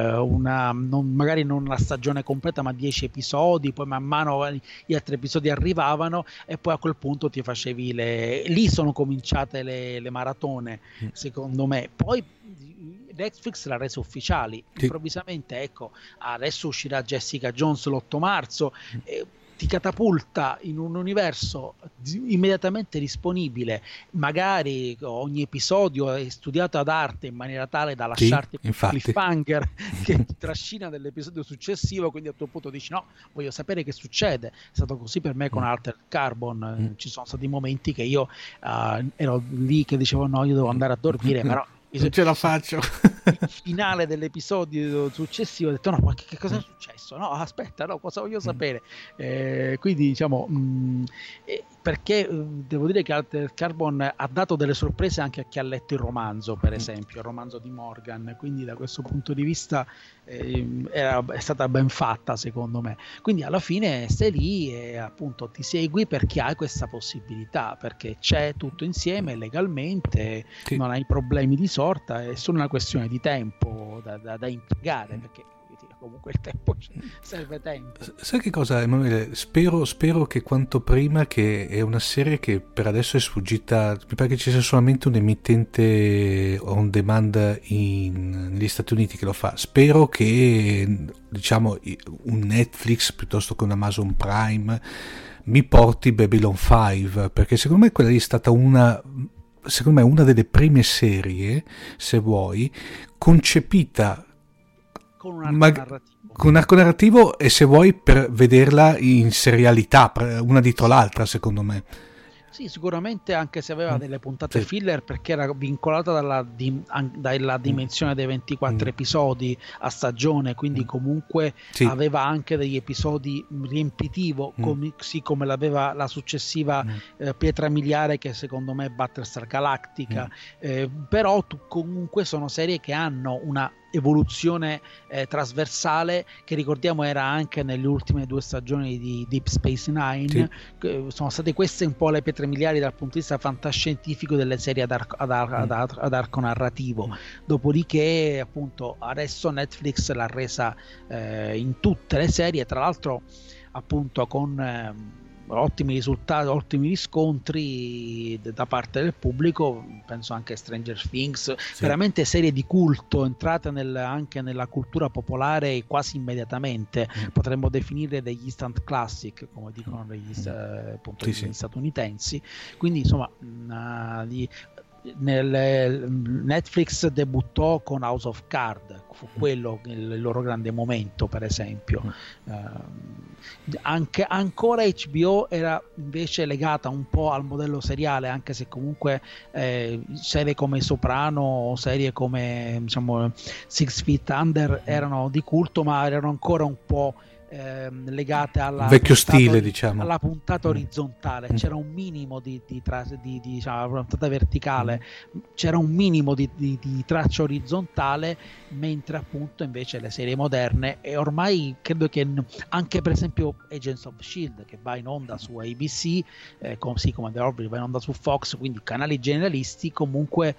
magari non la stagione completa ma 10 episodi, poi man mano gli altri episodi arrivavano e poi a quel punto ti facevi lì sono cominciate le maratone, secondo me. Poi Netflix l'ha reso ufficiali, improvvisamente, ecco, adesso uscirà Jessica Jones l'8 marzo, ti catapulta in un universo immediatamente disponibile, magari ogni episodio è studiato ad arte in maniera tale da lasciarti un cliffhanger che ti trascina nell'episodio successivo, quindi a tuo punto dici no, voglio sapere che succede. È stato così per me con Altered Carbon, ci sono stati momenti che io ero lì che dicevo no, io devo andare a dormire, però non ce la faccio. Il finale dell'episodio successivo ho detto no, ma che cosa è successo? No, aspetta, no, cosa voglio sapere? Quindi diciamo perché devo dire che Altered Carbon ha dato delle sorprese anche a chi ha letto il romanzo, per esempio il romanzo di Morgan, quindi da questo punto di vista è stata ben fatta secondo me. Quindi alla fine stai lì e appunto ti segui perché hai questa possibilità, perché c'è tutto insieme legalmente, non hai problemi di sorta, è solo una questione di tempo da impiegare, perché comunque il tempo serve tempo. Sai che cosa, Emanuele? Spero che quanto prima, che è una serie che per adesso è sfuggita, mi pare che ci sia solamente un emittente on demand negli Stati Uniti che lo fa. Spero che diciamo un Netflix piuttosto che un Amazon Prime mi porti Babylon 5, perché secondo me quella lì è stata una delle prime serie, se vuoi, concepita con un arco narrativo e se vuoi per vederla in serialità, una dietro l'altra, secondo me. Sì, sicuramente, anche se aveva delle puntate filler, perché era vincolata dalla dimensione dei 24 episodi a stagione, quindi comunque aveva anche degli episodi riempitivo, così come l'aveva la successiva Pietra Miliare, che secondo me è Battlestar Galactica, però comunque sono serie che hanno una evoluzione trasversale, che ricordiamo era anche nelle ultime 2 stagioni di Deep Space Nine. Sono state queste un po' le pietre miliari dal punto di vista fantascientifico delle serie ad arco narrativo. Dopodiché appunto adesso Netflix l'ha resa in tutte le serie, tra l'altro appunto con ottimi risultati, ottimi riscontri da parte del pubblico. Penso anche a Stranger Things, veramente serie di culto entrate anche nella cultura popolare quasi immediatamente. Potremmo definire degli instant classic, come dicono gli statunitensi. Quindi insomma Netflix debuttò con House of Cards, fu quello il loro grande momento, per esempio. Anche ancora HBO era invece legata un po' al modello seriale, anche se comunque serie come Soprano o serie come diciamo Six Feet Under erano di culto, ma erano ancora un po' legate alla vecchio stile, diciamo, alla puntata orizzontale. C'era un minimo di diciamo, la puntata verticale, c'era un minimo di traccia orizzontale, mentre appunto invece le serie moderne, e ormai credo che anche per esempio Agents of S.H.I.E.L.D., che va in onda su ABC, così come The Orville va in onda su Fox, quindi canali generalisti, comunque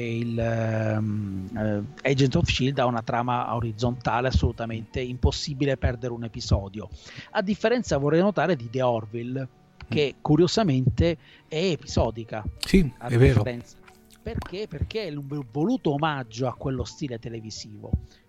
Agents of S.H.I.E.L.D. ha una trama orizzontale assolutamente impossibile perdere un episodio, a differenza, vorrei notare, di The Orville, che curiosamente è episodica. Sì, è vero. Perché? Perché è un voluto omaggio a quello stile televisivo.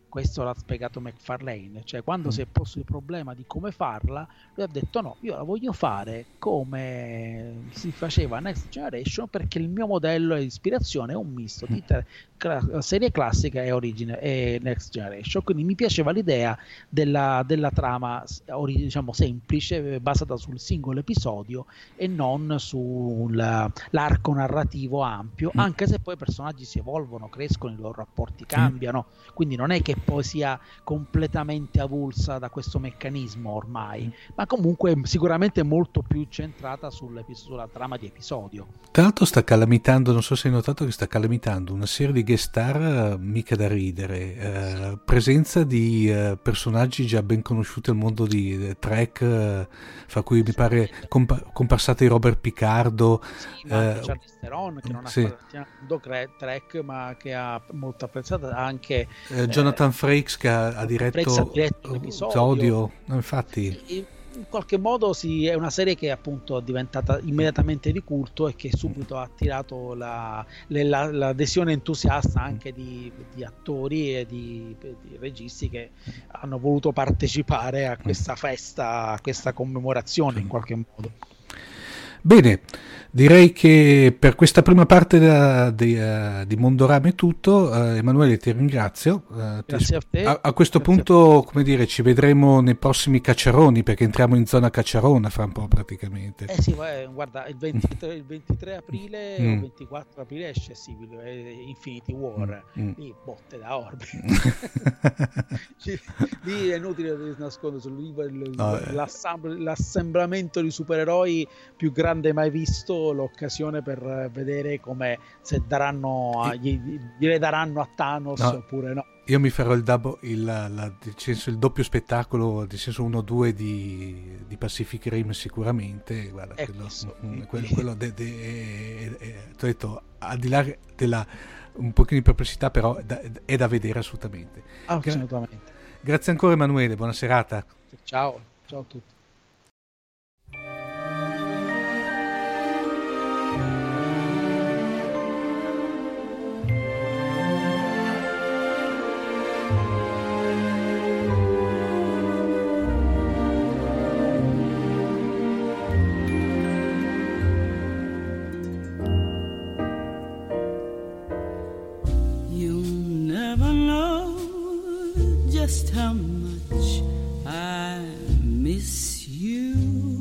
questo l'ha spiegato McFarlane, cioè quando si è posto il problema di come farla, lui ha detto no, io la voglio fare come si faceva Next Generation, perché il mio modello di ispirazione è un misto di serie classica e Next Generation, quindi mi piaceva l'idea della trama diciamo semplice, basata sul singolo episodio e non sull'arco narrativo ampio, anche se poi i personaggi si evolvono, crescono, i loro rapporti cambiano, quindi non è che poi sia completamente avulsa da questo meccanismo ormai, ma comunque sicuramente molto più centrata sulla trama di episodio. Tra l'altro sta calamitando, non so se hai notato che sta calamitando una serie di guest star mica da ridere, presenza di personaggi già ben conosciuti al mondo di Trek, fra cui mi pare comparsata di Robert Picardo, Charlize Theron, che non ha fatto Trek ma che ha molto apprezzato, anche Jonathan Frakes che ha diretto l'episodio. Infatti in qualche modo è una serie che appunto è diventata immediatamente di culto e che subito ha attirato l'adesione entusiasta anche di attori e di registi che hanno voluto partecipare a questa festa, a questa commemorazione in qualche modo. Bene, direi che per questa prima parte di Mondorama è tutto. Emanuele, ti ringrazio. Grazie a te. A questo punto, come dire, ci vedremo nei prossimi cacciaroni, perché entriamo in zona cacciarona fra un po' praticamente. Sì, guarda, il 23 aprile o il 24 aprile esce Infinity War, lì botte da orbi. Lì è inutile nascondersi, l'assemblamento di supereroi più grande mai visto, l'occasione per vedere come se gliele daranno a Thanos oppure no. Io mi farò il doppio spettacolo, nel senso 1-2 di Pacific Rim sicuramente. Guarda, quello t'ho detto, al di là della un pochino di perplessità, però è da vedere assolutamente. Assolutamente. Grazie ancora Emanuele, buona serata. Ciao a tutti. Just how much I miss you.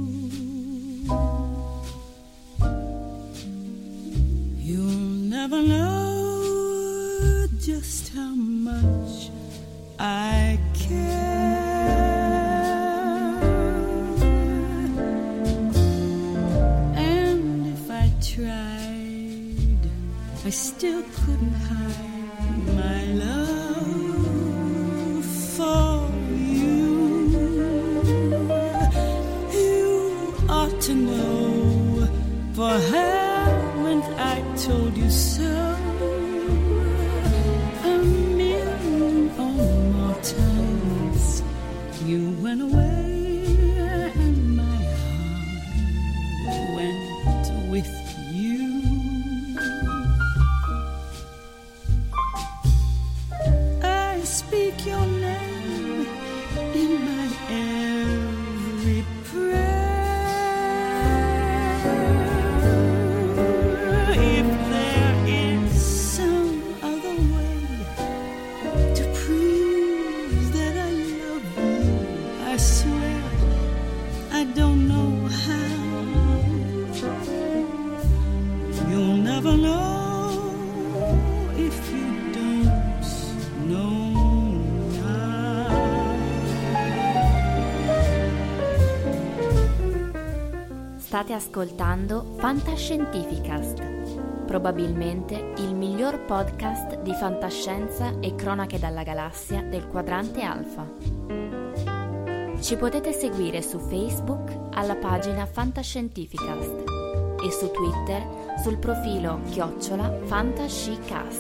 You'll never know just how much I care. And if I tried, I still couldn't hide my love for you. You ought to know, for haven't I told you so? A million or more times you went away and my heart went with you. I speak your name in my every prayer. If there is some other way to prove that I love you, I swear I don't know how. You'll never know if you don't know. State ascoltando Fantascientificast, probabilmente il miglior podcast di fantascienza e cronache dalla galassia del quadrante alfa. Ci potete seguire su Facebook alla pagina Fantascientificast e su Twitter sul profilo @Fantascicast.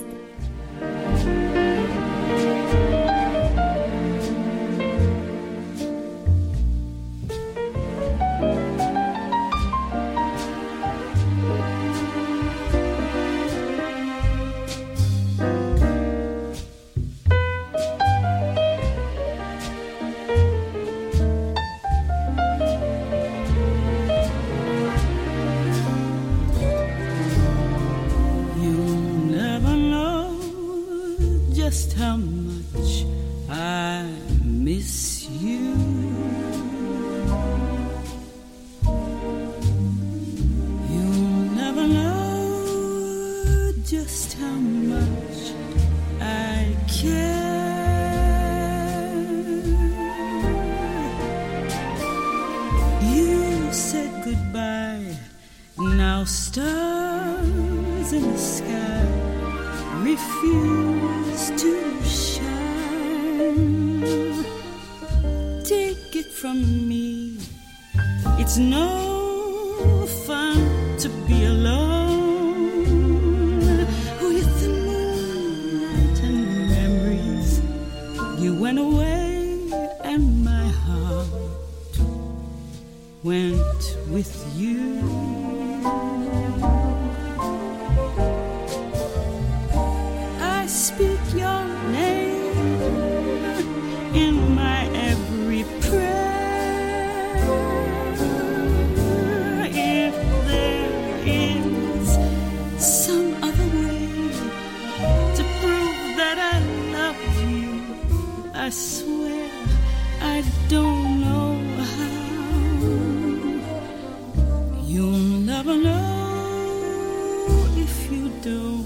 just how much I miss you. You'll never know just how much I care. You said goodbye, now stars in the sky refuse to shine. Take it from me, it's no fun to be alone with the moonlight and memories. You went away and my heart went with you. Speak your name in my every prayer. If there is some other way to prove that I love you, I swear I don't know how. You'll never know if you don't.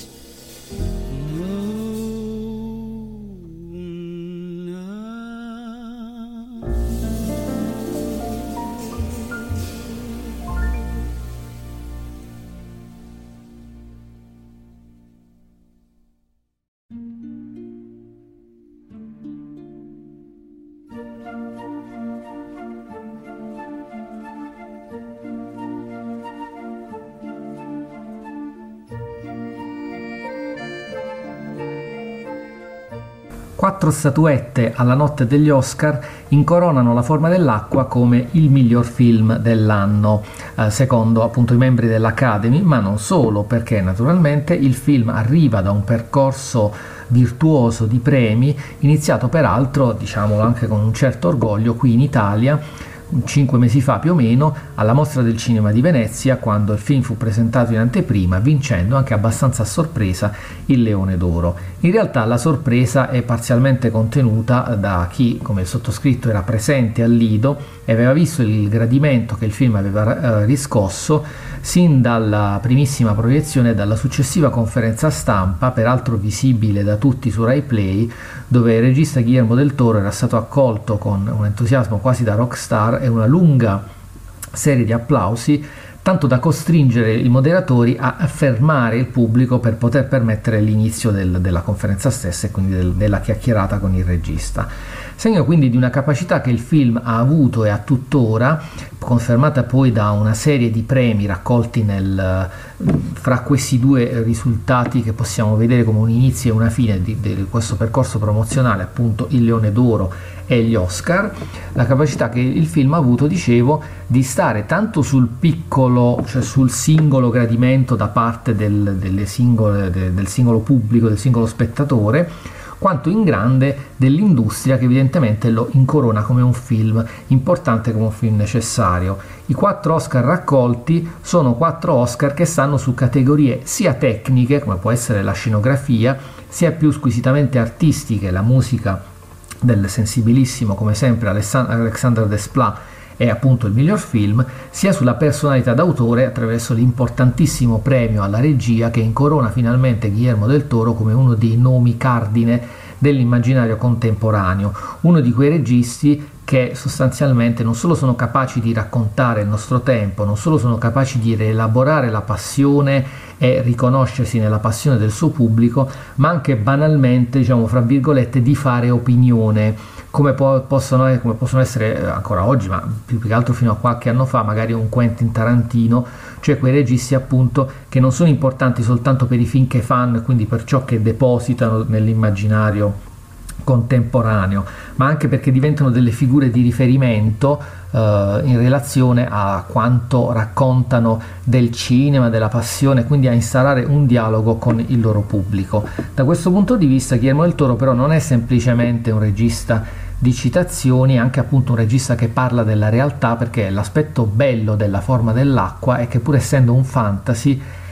Quattro statuette alla notte degli Oscar incoronano La forma dell'acqua come il miglior film dell'anno, secondo appunto i membri dell'Academy, ma non solo, perché naturalmente il film arriva da un percorso virtuoso di premi, iniziato peraltro, diciamolo anche con un certo orgoglio, qui in Italia, 5 mesi fa più o meno, alla Mostra del Cinema di Venezia, quando il film fu presentato in anteprima, vincendo anche abbastanza a sorpresa il Leone d'Oro. In realtà la sorpresa è parzialmente contenuta da chi, come il sottoscritto, era presente al Lido e aveva visto il gradimento che il film aveva riscosso sin dalla primissima proiezione e dalla successiva conferenza stampa, peraltro visibile da tutti su Rai Play, dove il regista Guillermo del Toro era stato accolto con un entusiasmo quasi da rockstar e una lunga serie di applausi, tanto da costringere i moderatori a fermare il pubblico per poter permettere l'inizio della conferenza stessa e quindi della chiacchierata con il regista. Segno quindi di una capacità che il film ha avuto e ha tuttora, confermata poi da una serie di premi raccolti fra questi due risultati che possiamo vedere come un inizio e una fine di questo percorso promozionale, appunto il Leone d'Oro e gli Oscar. La capacità che il film ha avuto, dicevo, di stare tanto sul piccolo, cioè sul singolo gradimento da parte del singolo pubblico, del singolo spettatore, quanto in grande dell'industria, che evidentemente lo incorona come un film importante, come un film necessario. I 4 Oscar raccolti sono 4 Oscar che stanno su categorie sia tecniche, come può essere la scenografia, sia più squisitamente artistiche, la musica del sensibilissimo, come sempre, Alexandre Desplat è appunto il miglior film, sia sulla personalità d'autore attraverso l'importantissimo premio alla regia che incorona finalmente Guillermo del Toro come uno dei nomi cardine dell'immaginario contemporaneo, uno di quei registi che sostanzialmente non solo sono capaci di raccontare il nostro tempo, non solo sono capaci di rielaborare la passione e riconoscersi nella passione del suo pubblico, ma anche banalmente, diciamo fra virgolette, di fare opinione, come possono essere ancora oggi, ma più che altro fino a qualche anno fa, magari un Quentin Tarantino, cioè quei registi appunto che non sono importanti soltanto per i film che fanno, quindi per ciò che depositano nell'immaginario contemporaneo, ma anche perché diventano delle figure di riferimento in relazione a quanto raccontano del cinema, della passione, quindi a instaurare un dialogo con il loro pubblico. Da questo punto di vista Guillermo del Toro però non è semplicemente un regista di citazioni, è anche appunto un regista che parla della realtà, perché l'aspetto bello della Forma dell'acqua è che, pur essendo un fantasy,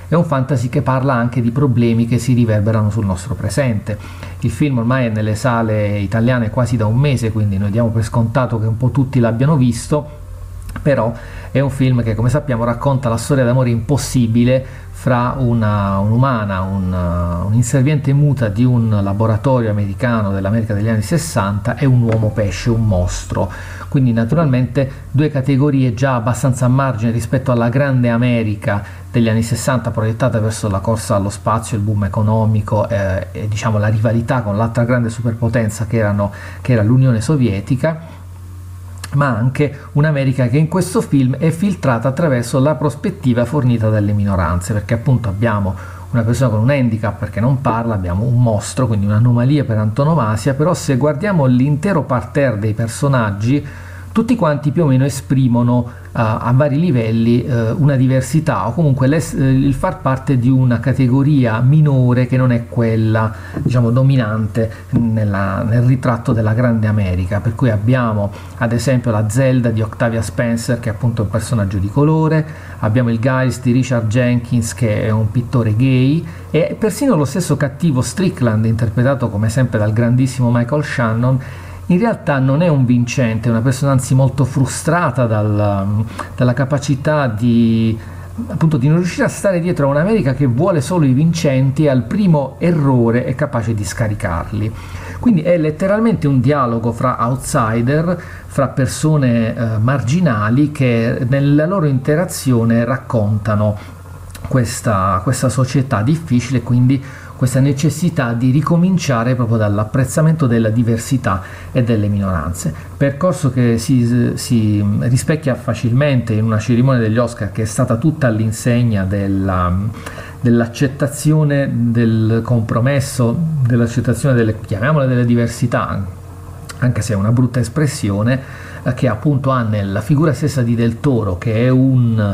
è un fantasy che parla anche di problemi che si riverberano sul nostro presente. Il film ormai è nelle sale italiane quasi da un mese, quindi noi diamo per scontato che un po' tutti l'abbiano visto, però è un film che, come sappiamo, racconta la storia d'amore impossibile fra un'umana, un'inserviente muta di un laboratorio americano dell'America degli anni 60 e un uomo pesce, un mostro. Quindi naturalmente due categorie già abbastanza a margine rispetto alla grande America degli anni 60 proiettata verso la corsa allo spazio, il boom economico e diciamo la rivalità con l'altra grande superpotenza che era l'Unione Sovietica, ma anche un'America che in questo film è filtrata attraverso la prospettiva fornita dalle minoranze, perché appunto abbiamo una persona con un handicap perché non parla, abbiamo un mostro, quindi un'anomalia per antonomasia, però se guardiamo l'intero parterre dei personaggi, tutti quanti più o meno esprimono a vari livelli una diversità o comunque il far parte di una categoria minore che non è quella, diciamo, dominante nel ritratto della grande America, per cui abbiamo ad esempio la Zelda di Octavia Spencer, che è appunto un personaggio di colore, abbiamo il Giles di Richard Jenkins, che è un pittore gay, e persino lo stesso cattivo Strickland, interpretato come sempre dal grandissimo Michael Shannon, in realtà non è un vincente, è una persona anzi molto frustrata dalla capacità di non riuscire a stare dietro a un'America che vuole solo i vincenti e al primo errore è capace di scaricarli. Quindi è letteralmente un dialogo fra outsider, fra persone marginali che nella loro interazione raccontano questa società difficile, quindi questa necessità di ricominciare proprio dall'apprezzamento della diversità e delle minoranze, percorso che si rispecchia facilmente in una cerimonia degli Oscar che è stata tutta all'insegna dell'accettazione del compromesso, dell'accettazione chiamiamole delle diversità, anche se è una brutta espressione, che appunto ha nella figura stessa di Del Toro, che è un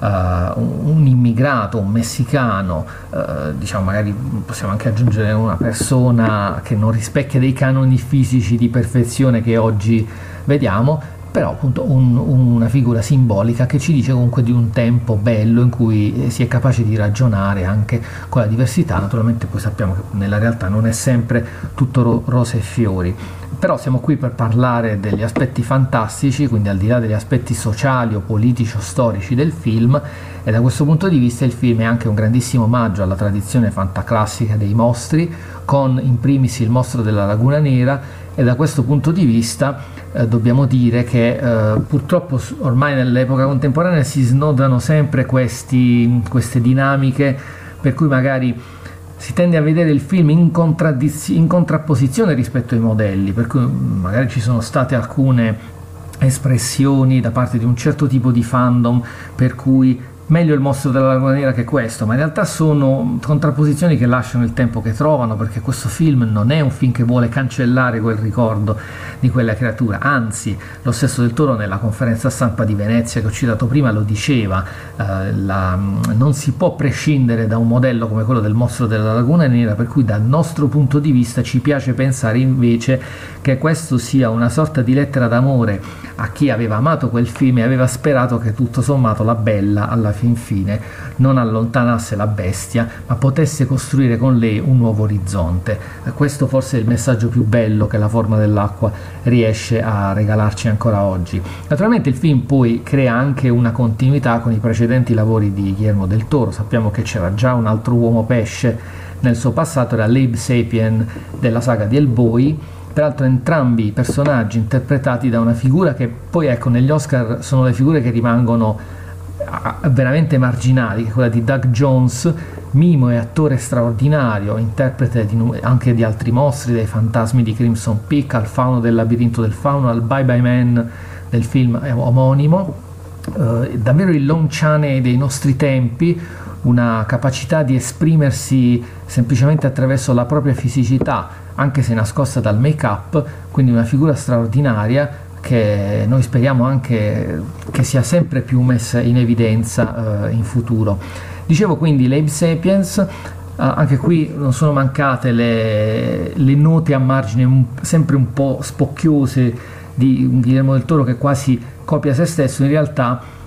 immigrato, un messicano, diciamo, magari possiamo anche aggiungere una persona che non rispecchia dei canoni fisici di perfezione che oggi vediamo, però appunto una figura simbolica che ci dice comunque di un tempo bello in cui si è capaci di ragionare anche con la diversità. Naturalmente poi sappiamo che nella realtà non è sempre tutto rose e fiori, però siamo qui per parlare degli aspetti fantastici, quindi al di là degli aspetti sociali o politici o storici del film, e da questo punto di vista il film è anche un grandissimo omaggio alla tradizione fantaclassica dei mostri, con in primis il mostro della Laguna Nera, e da questo punto di vista dobbiamo dire che purtroppo ormai nell'epoca contemporanea si snodano sempre queste dinamiche per cui magari si tende a vedere il film in contrapposizione rispetto ai modelli, per cui magari ci sono state alcune espressioni da parte di un certo tipo di fandom per cui meglio il mostro della Laguna Nera che questo, ma in realtà sono contrapposizioni che lasciano il tempo che trovano, perché questo film non è un film che vuole cancellare quel ricordo di quella creatura, anzi lo stesso Del Toro nella conferenza stampa di Venezia che ho citato prima lo diceva, non si può prescindere da un modello come quello del mostro della Laguna Nera, per cui dal nostro punto di vista ci piace pensare invece che questo sia una sorta di lettera d'amore a chi aveva amato quel film e aveva sperato che tutto sommato la bella alla fin fine non allontanasse la bestia ma potesse costruire con lei un nuovo orizzonte. Questo forse è il messaggio più bello che La forma dell'acqua riesce a regalarci ancora oggi. Naturalmente il film poi crea anche una continuità con i precedenti lavori di Guillermo del Toro. Sappiamo che c'era già un altro uomo pesce nel suo passato, era l'Abe Sapien della saga di Hellboy, peraltro entrambi i personaggi interpretati da una figura che poi, ecco, negli Oscar sono le figure che rimangono veramente marginali, che è quella di Doug Jones, mimo e attore straordinario, interprete anche di altri mostri, dai fantasmi di Crimson Peak al fauno del Labirinto del Fauno, al Bye Bye Man del film omonimo, davvero il Lon Chaney dei nostri tempi, una capacità di esprimersi semplicemente attraverso la propria fisicità, anche se nascosta dal make-up, quindi una figura straordinaria che noi speriamo anche che sia sempre più messa in evidenza in futuro. Dicevo quindi l'Abe Sapiens, anche qui non sono mancate le note a margine sempre un po' spocchiose di Guillermo del Toro che quasi copia se stesso. In realtà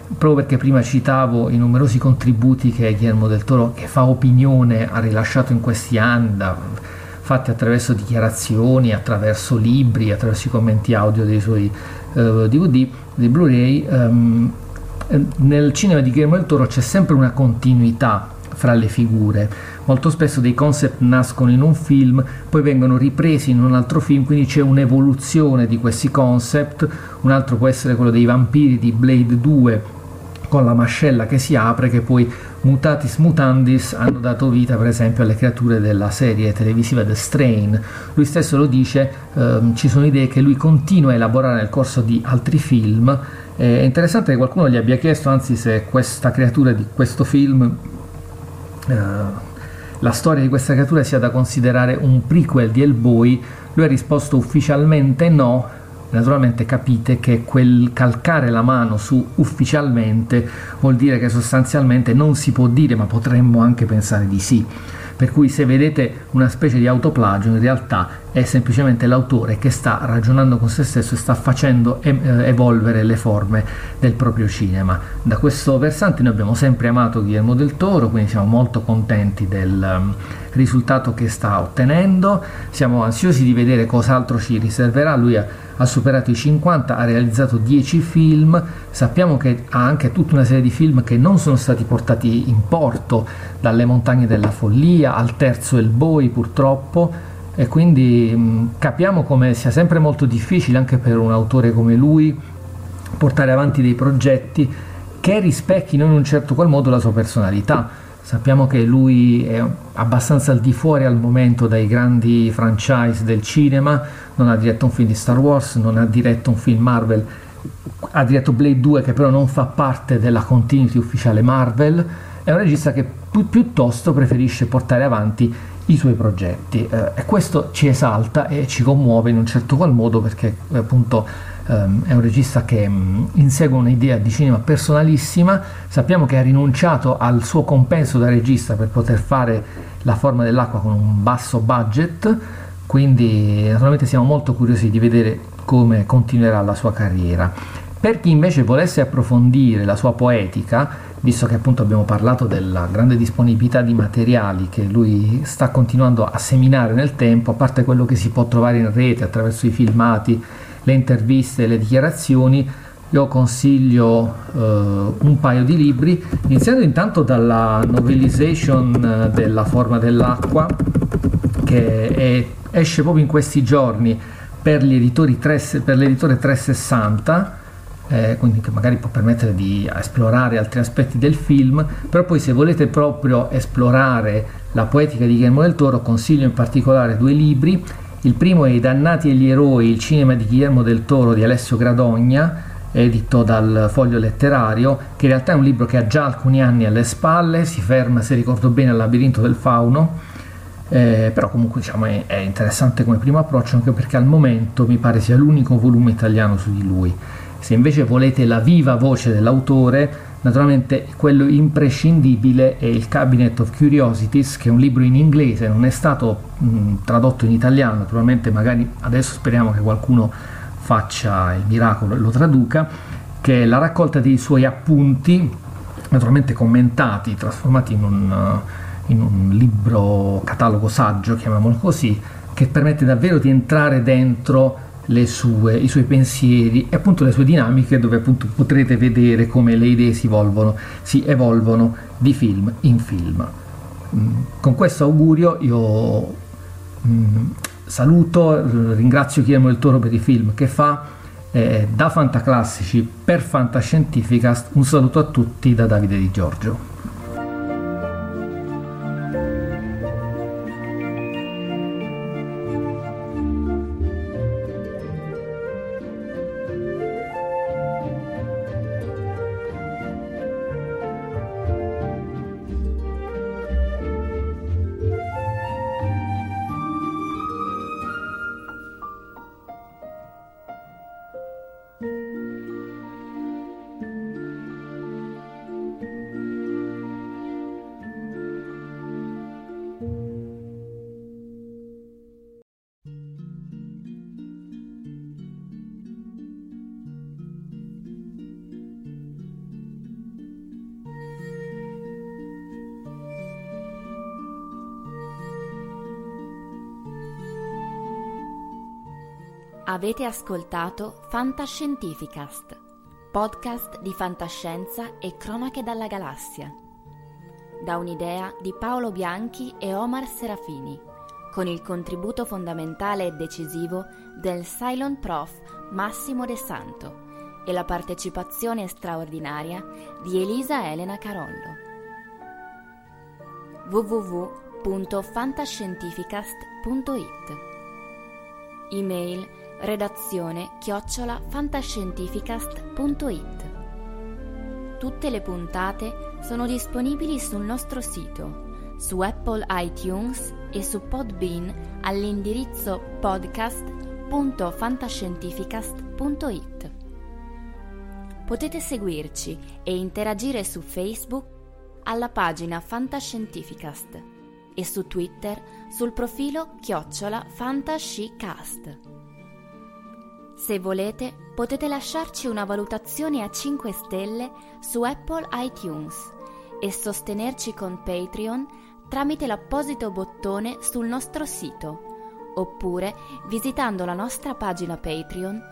proprio perché prima citavo i numerosi contributi che Guillermo del Toro, che fa opinione, ha rilasciato in questi anni, fatti attraverso dichiarazioni, attraverso libri, attraverso i commenti audio dei suoi DVD, dei Blu-ray. Nel cinema di Guillermo del Toro c'è sempre una continuità fra le figure. Molto spesso dei concept nascono in un film, poi vengono ripresi in un altro film, quindi c'è un'evoluzione di questi concept. Un altro può essere quello dei vampiri di Blade 2, con la mascella che si apre, che poi mutatis mutandis hanno dato vita per esempio alle creature della serie televisiva The Strain. Lui stesso lo dice, ci sono idee che lui continua a elaborare nel corso di altri film. È interessante che qualcuno gli abbia chiesto, anzi, se questa creatura di questo film, la storia di questa creatura sia da considerare un prequel di Hellboy. Lui ha risposto ufficialmente no. Naturalmente capite che quel calcare la mano su ufficialmente vuol dire che sostanzialmente non si può dire, ma potremmo anche pensare di sì. Per cui se vedete una specie di autoplagio, in realtà è semplicemente l'autore che sta ragionando con se stesso e sta facendo evolvere le forme del proprio cinema. Da questo versante noi abbiamo sempre amato Guillermo del Toro, quindi siamo molto contenti del risultato che sta ottenendo, siamo ansiosi di vedere cos'altro ci riserverà. Lui ha superato i 50, ha realizzato 10 film, sappiamo che ha anche tutta una serie di film che non sono stati portati in porto, dalle montagne della follia al terzo Hellboy purtroppo, e quindi capiamo come sia sempre molto difficile anche per un autore come lui portare avanti dei progetti che rispecchino in un certo qual modo la sua personalità. Sappiamo che lui è abbastanza al di fuori al momento dai grandi franchise del cinema, non ha diretto un film di Star Wars, non ha diretto un film Marvel, ha diretto Blade 2 che però non fa parte della continuity ufficiale Marvel. È un regista che piuttosto preferisce portare avanti i suoi progetti, e questo ci esalta e ci commuove in un certo qual modo, perché appunto è un regista che insegue un'idea di cinema personalissima. Sappiamo che ha rinunciato al suo compenso da regista per poter fare La forma dell'acqua con un basso budget, quindi naturalmente siamo molto curiosi di vedere come continuerà la sua carriera. Per chi invece volesse approfondire la sua poetica, visto che appunto abbiamo parlato della grande disponibilità di materiali che lui sta continuando a seminare nel tempo, a parte quello che si può trovare in rete attraverso i filmati, le interviste e le dichiarazioni, io consiglio un paio di libri, iniziando intanto dalla novelization della forma dell'acqua, che esce proprio in questi giorni per l'editore 360, quindi che magari può permettere di esplorare altri aspetti del film. Però poi, se volete proprio esplorare la poetica di Guillermo del Toro, consiglio in particolare 2 libri. Il primo è I dannati e gli eroi, il cinema di Guillermo del Toro di Alessio Gradogna, edito dal Foglio Letterario, che in realtà è un libro che ha già alcuni anni alle spalle, si ferma, se ricordo bene, al Labirinto del Fauno, però comunque diciamo è interessante come primo approccio, anche perché al momento mi pare sia l'unico volume italiano su di lui. Se invece volete la viva voce dell'autore, naturalmente quello imprescindibile è il Cabinet of Curiosities, che è un libro in inglese, non è stato tradotto in italiano. Naturalmente magari adesso speriamo che qualcuno faccia il miracolo e lo traduca, che è la raccolta dei suoi appunti, naturalmente commentati, trasformati in un libro catalogo saggio, chiamiamolo così, che permette davvero di entrare dentro i suoi pensieri e appunto le sue dinamiche, dove appunto potrete vedere come le idee si evolvono di film in film. Con questo augurio io saluto, ringrazio Guillermo del Toro per i film che fa, da Fantaclassici per Fantascientificast un saluto a tutti da Davide Di Giorgio. Avete ascoltato Fantascientificast, podcast di fantascienza e cronache dalla galassia. Da un'idea di Paolo Bianchi e Omar Serafini, con il contributo fondamentale e decisivo del Cylon Prof Massimo De Santo e la partecipazione straordinaria di Elisa Elena Carollo. www.fantascientificast.it. Email redazione@fantascientificast.it. Tutte le puntate sono disponibili sul nostro sito, su Apple iTunes e su Podbean all'indirizzo podcast.fantascientificast.it. Potete seguirci e interagire su Facebook alla pagina Fantascientificast e su Twitter sul profilo @fantascicast. Se volete, potete lasciarci una valutazione a 5 stelle su Apple iTunes e sostenerci con Patreon tramite l'apposito bottone sul nostro sito, oppure visitando la nostra pagina Patreon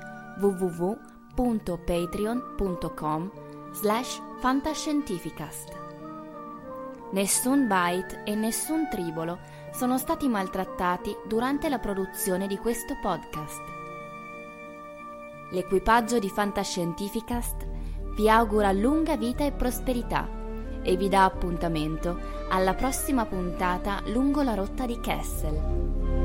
www.patreon.com/fantascientificast. Nessun bite e nessun tribolo sono stati maltrattati durante la produzione di questo podcast. L'equipaggio di Fantascientificast vi augura lunga vita e prosperità e vi dà appuntamento alla prossima puntata lungo la rotta di Kessel.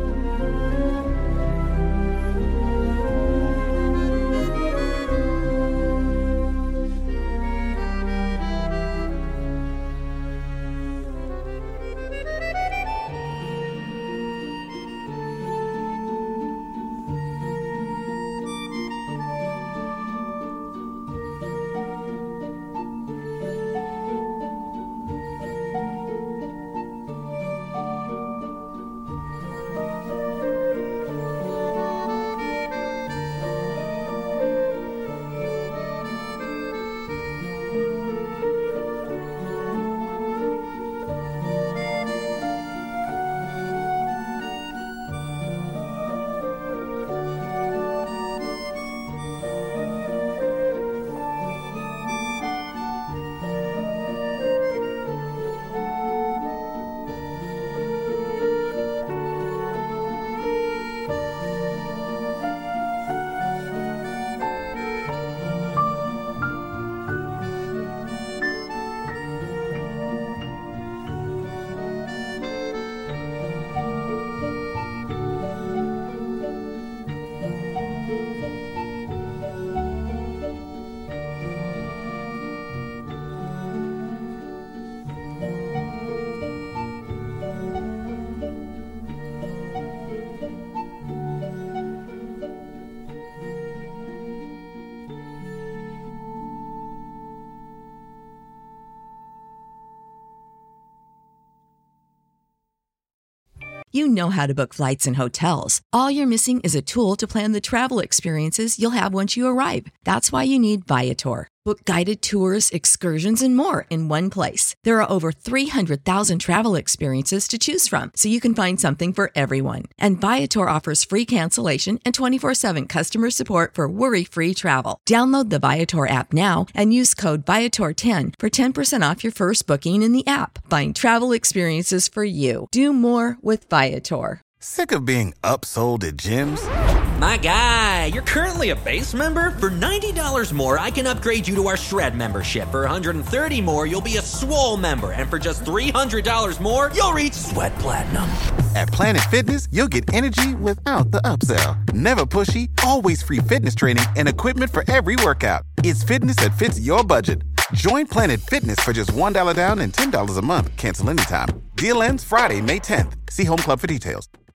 You know how to book flights and hotels. All you're missing is a tool to plan the travel experiences you'll have once you arrive. That's why you need Viator. Book guided tours, excursions, and more in one place. There are over 300,000 travel experiences to choose from, so you can find something for everyone. And Viator offers free cancellation and 24/7 customer support for worry-free travel. Download the Viator app now and use code Viator10 for 10% off your first booking in the app. Find travel experiences for you. Do more with Viator. Sick of being upsold at gyms? My guy, you're currently a base member. For $90 more, I can upgrade you to our Shred membership. For $130 more, you'll be a Swole member. And for just $300 more, you'll reach Sweat Platinum. At Planet Fitness, you'll get energy without the upsell. Never pushy, always free fitness training and equipment for every workout. It's fitness that fits your budget. Join Planet Fitness for just $1 down and $10 a month. Cancel anytime. Deal ends Friday, May 10th. See Home Club for details.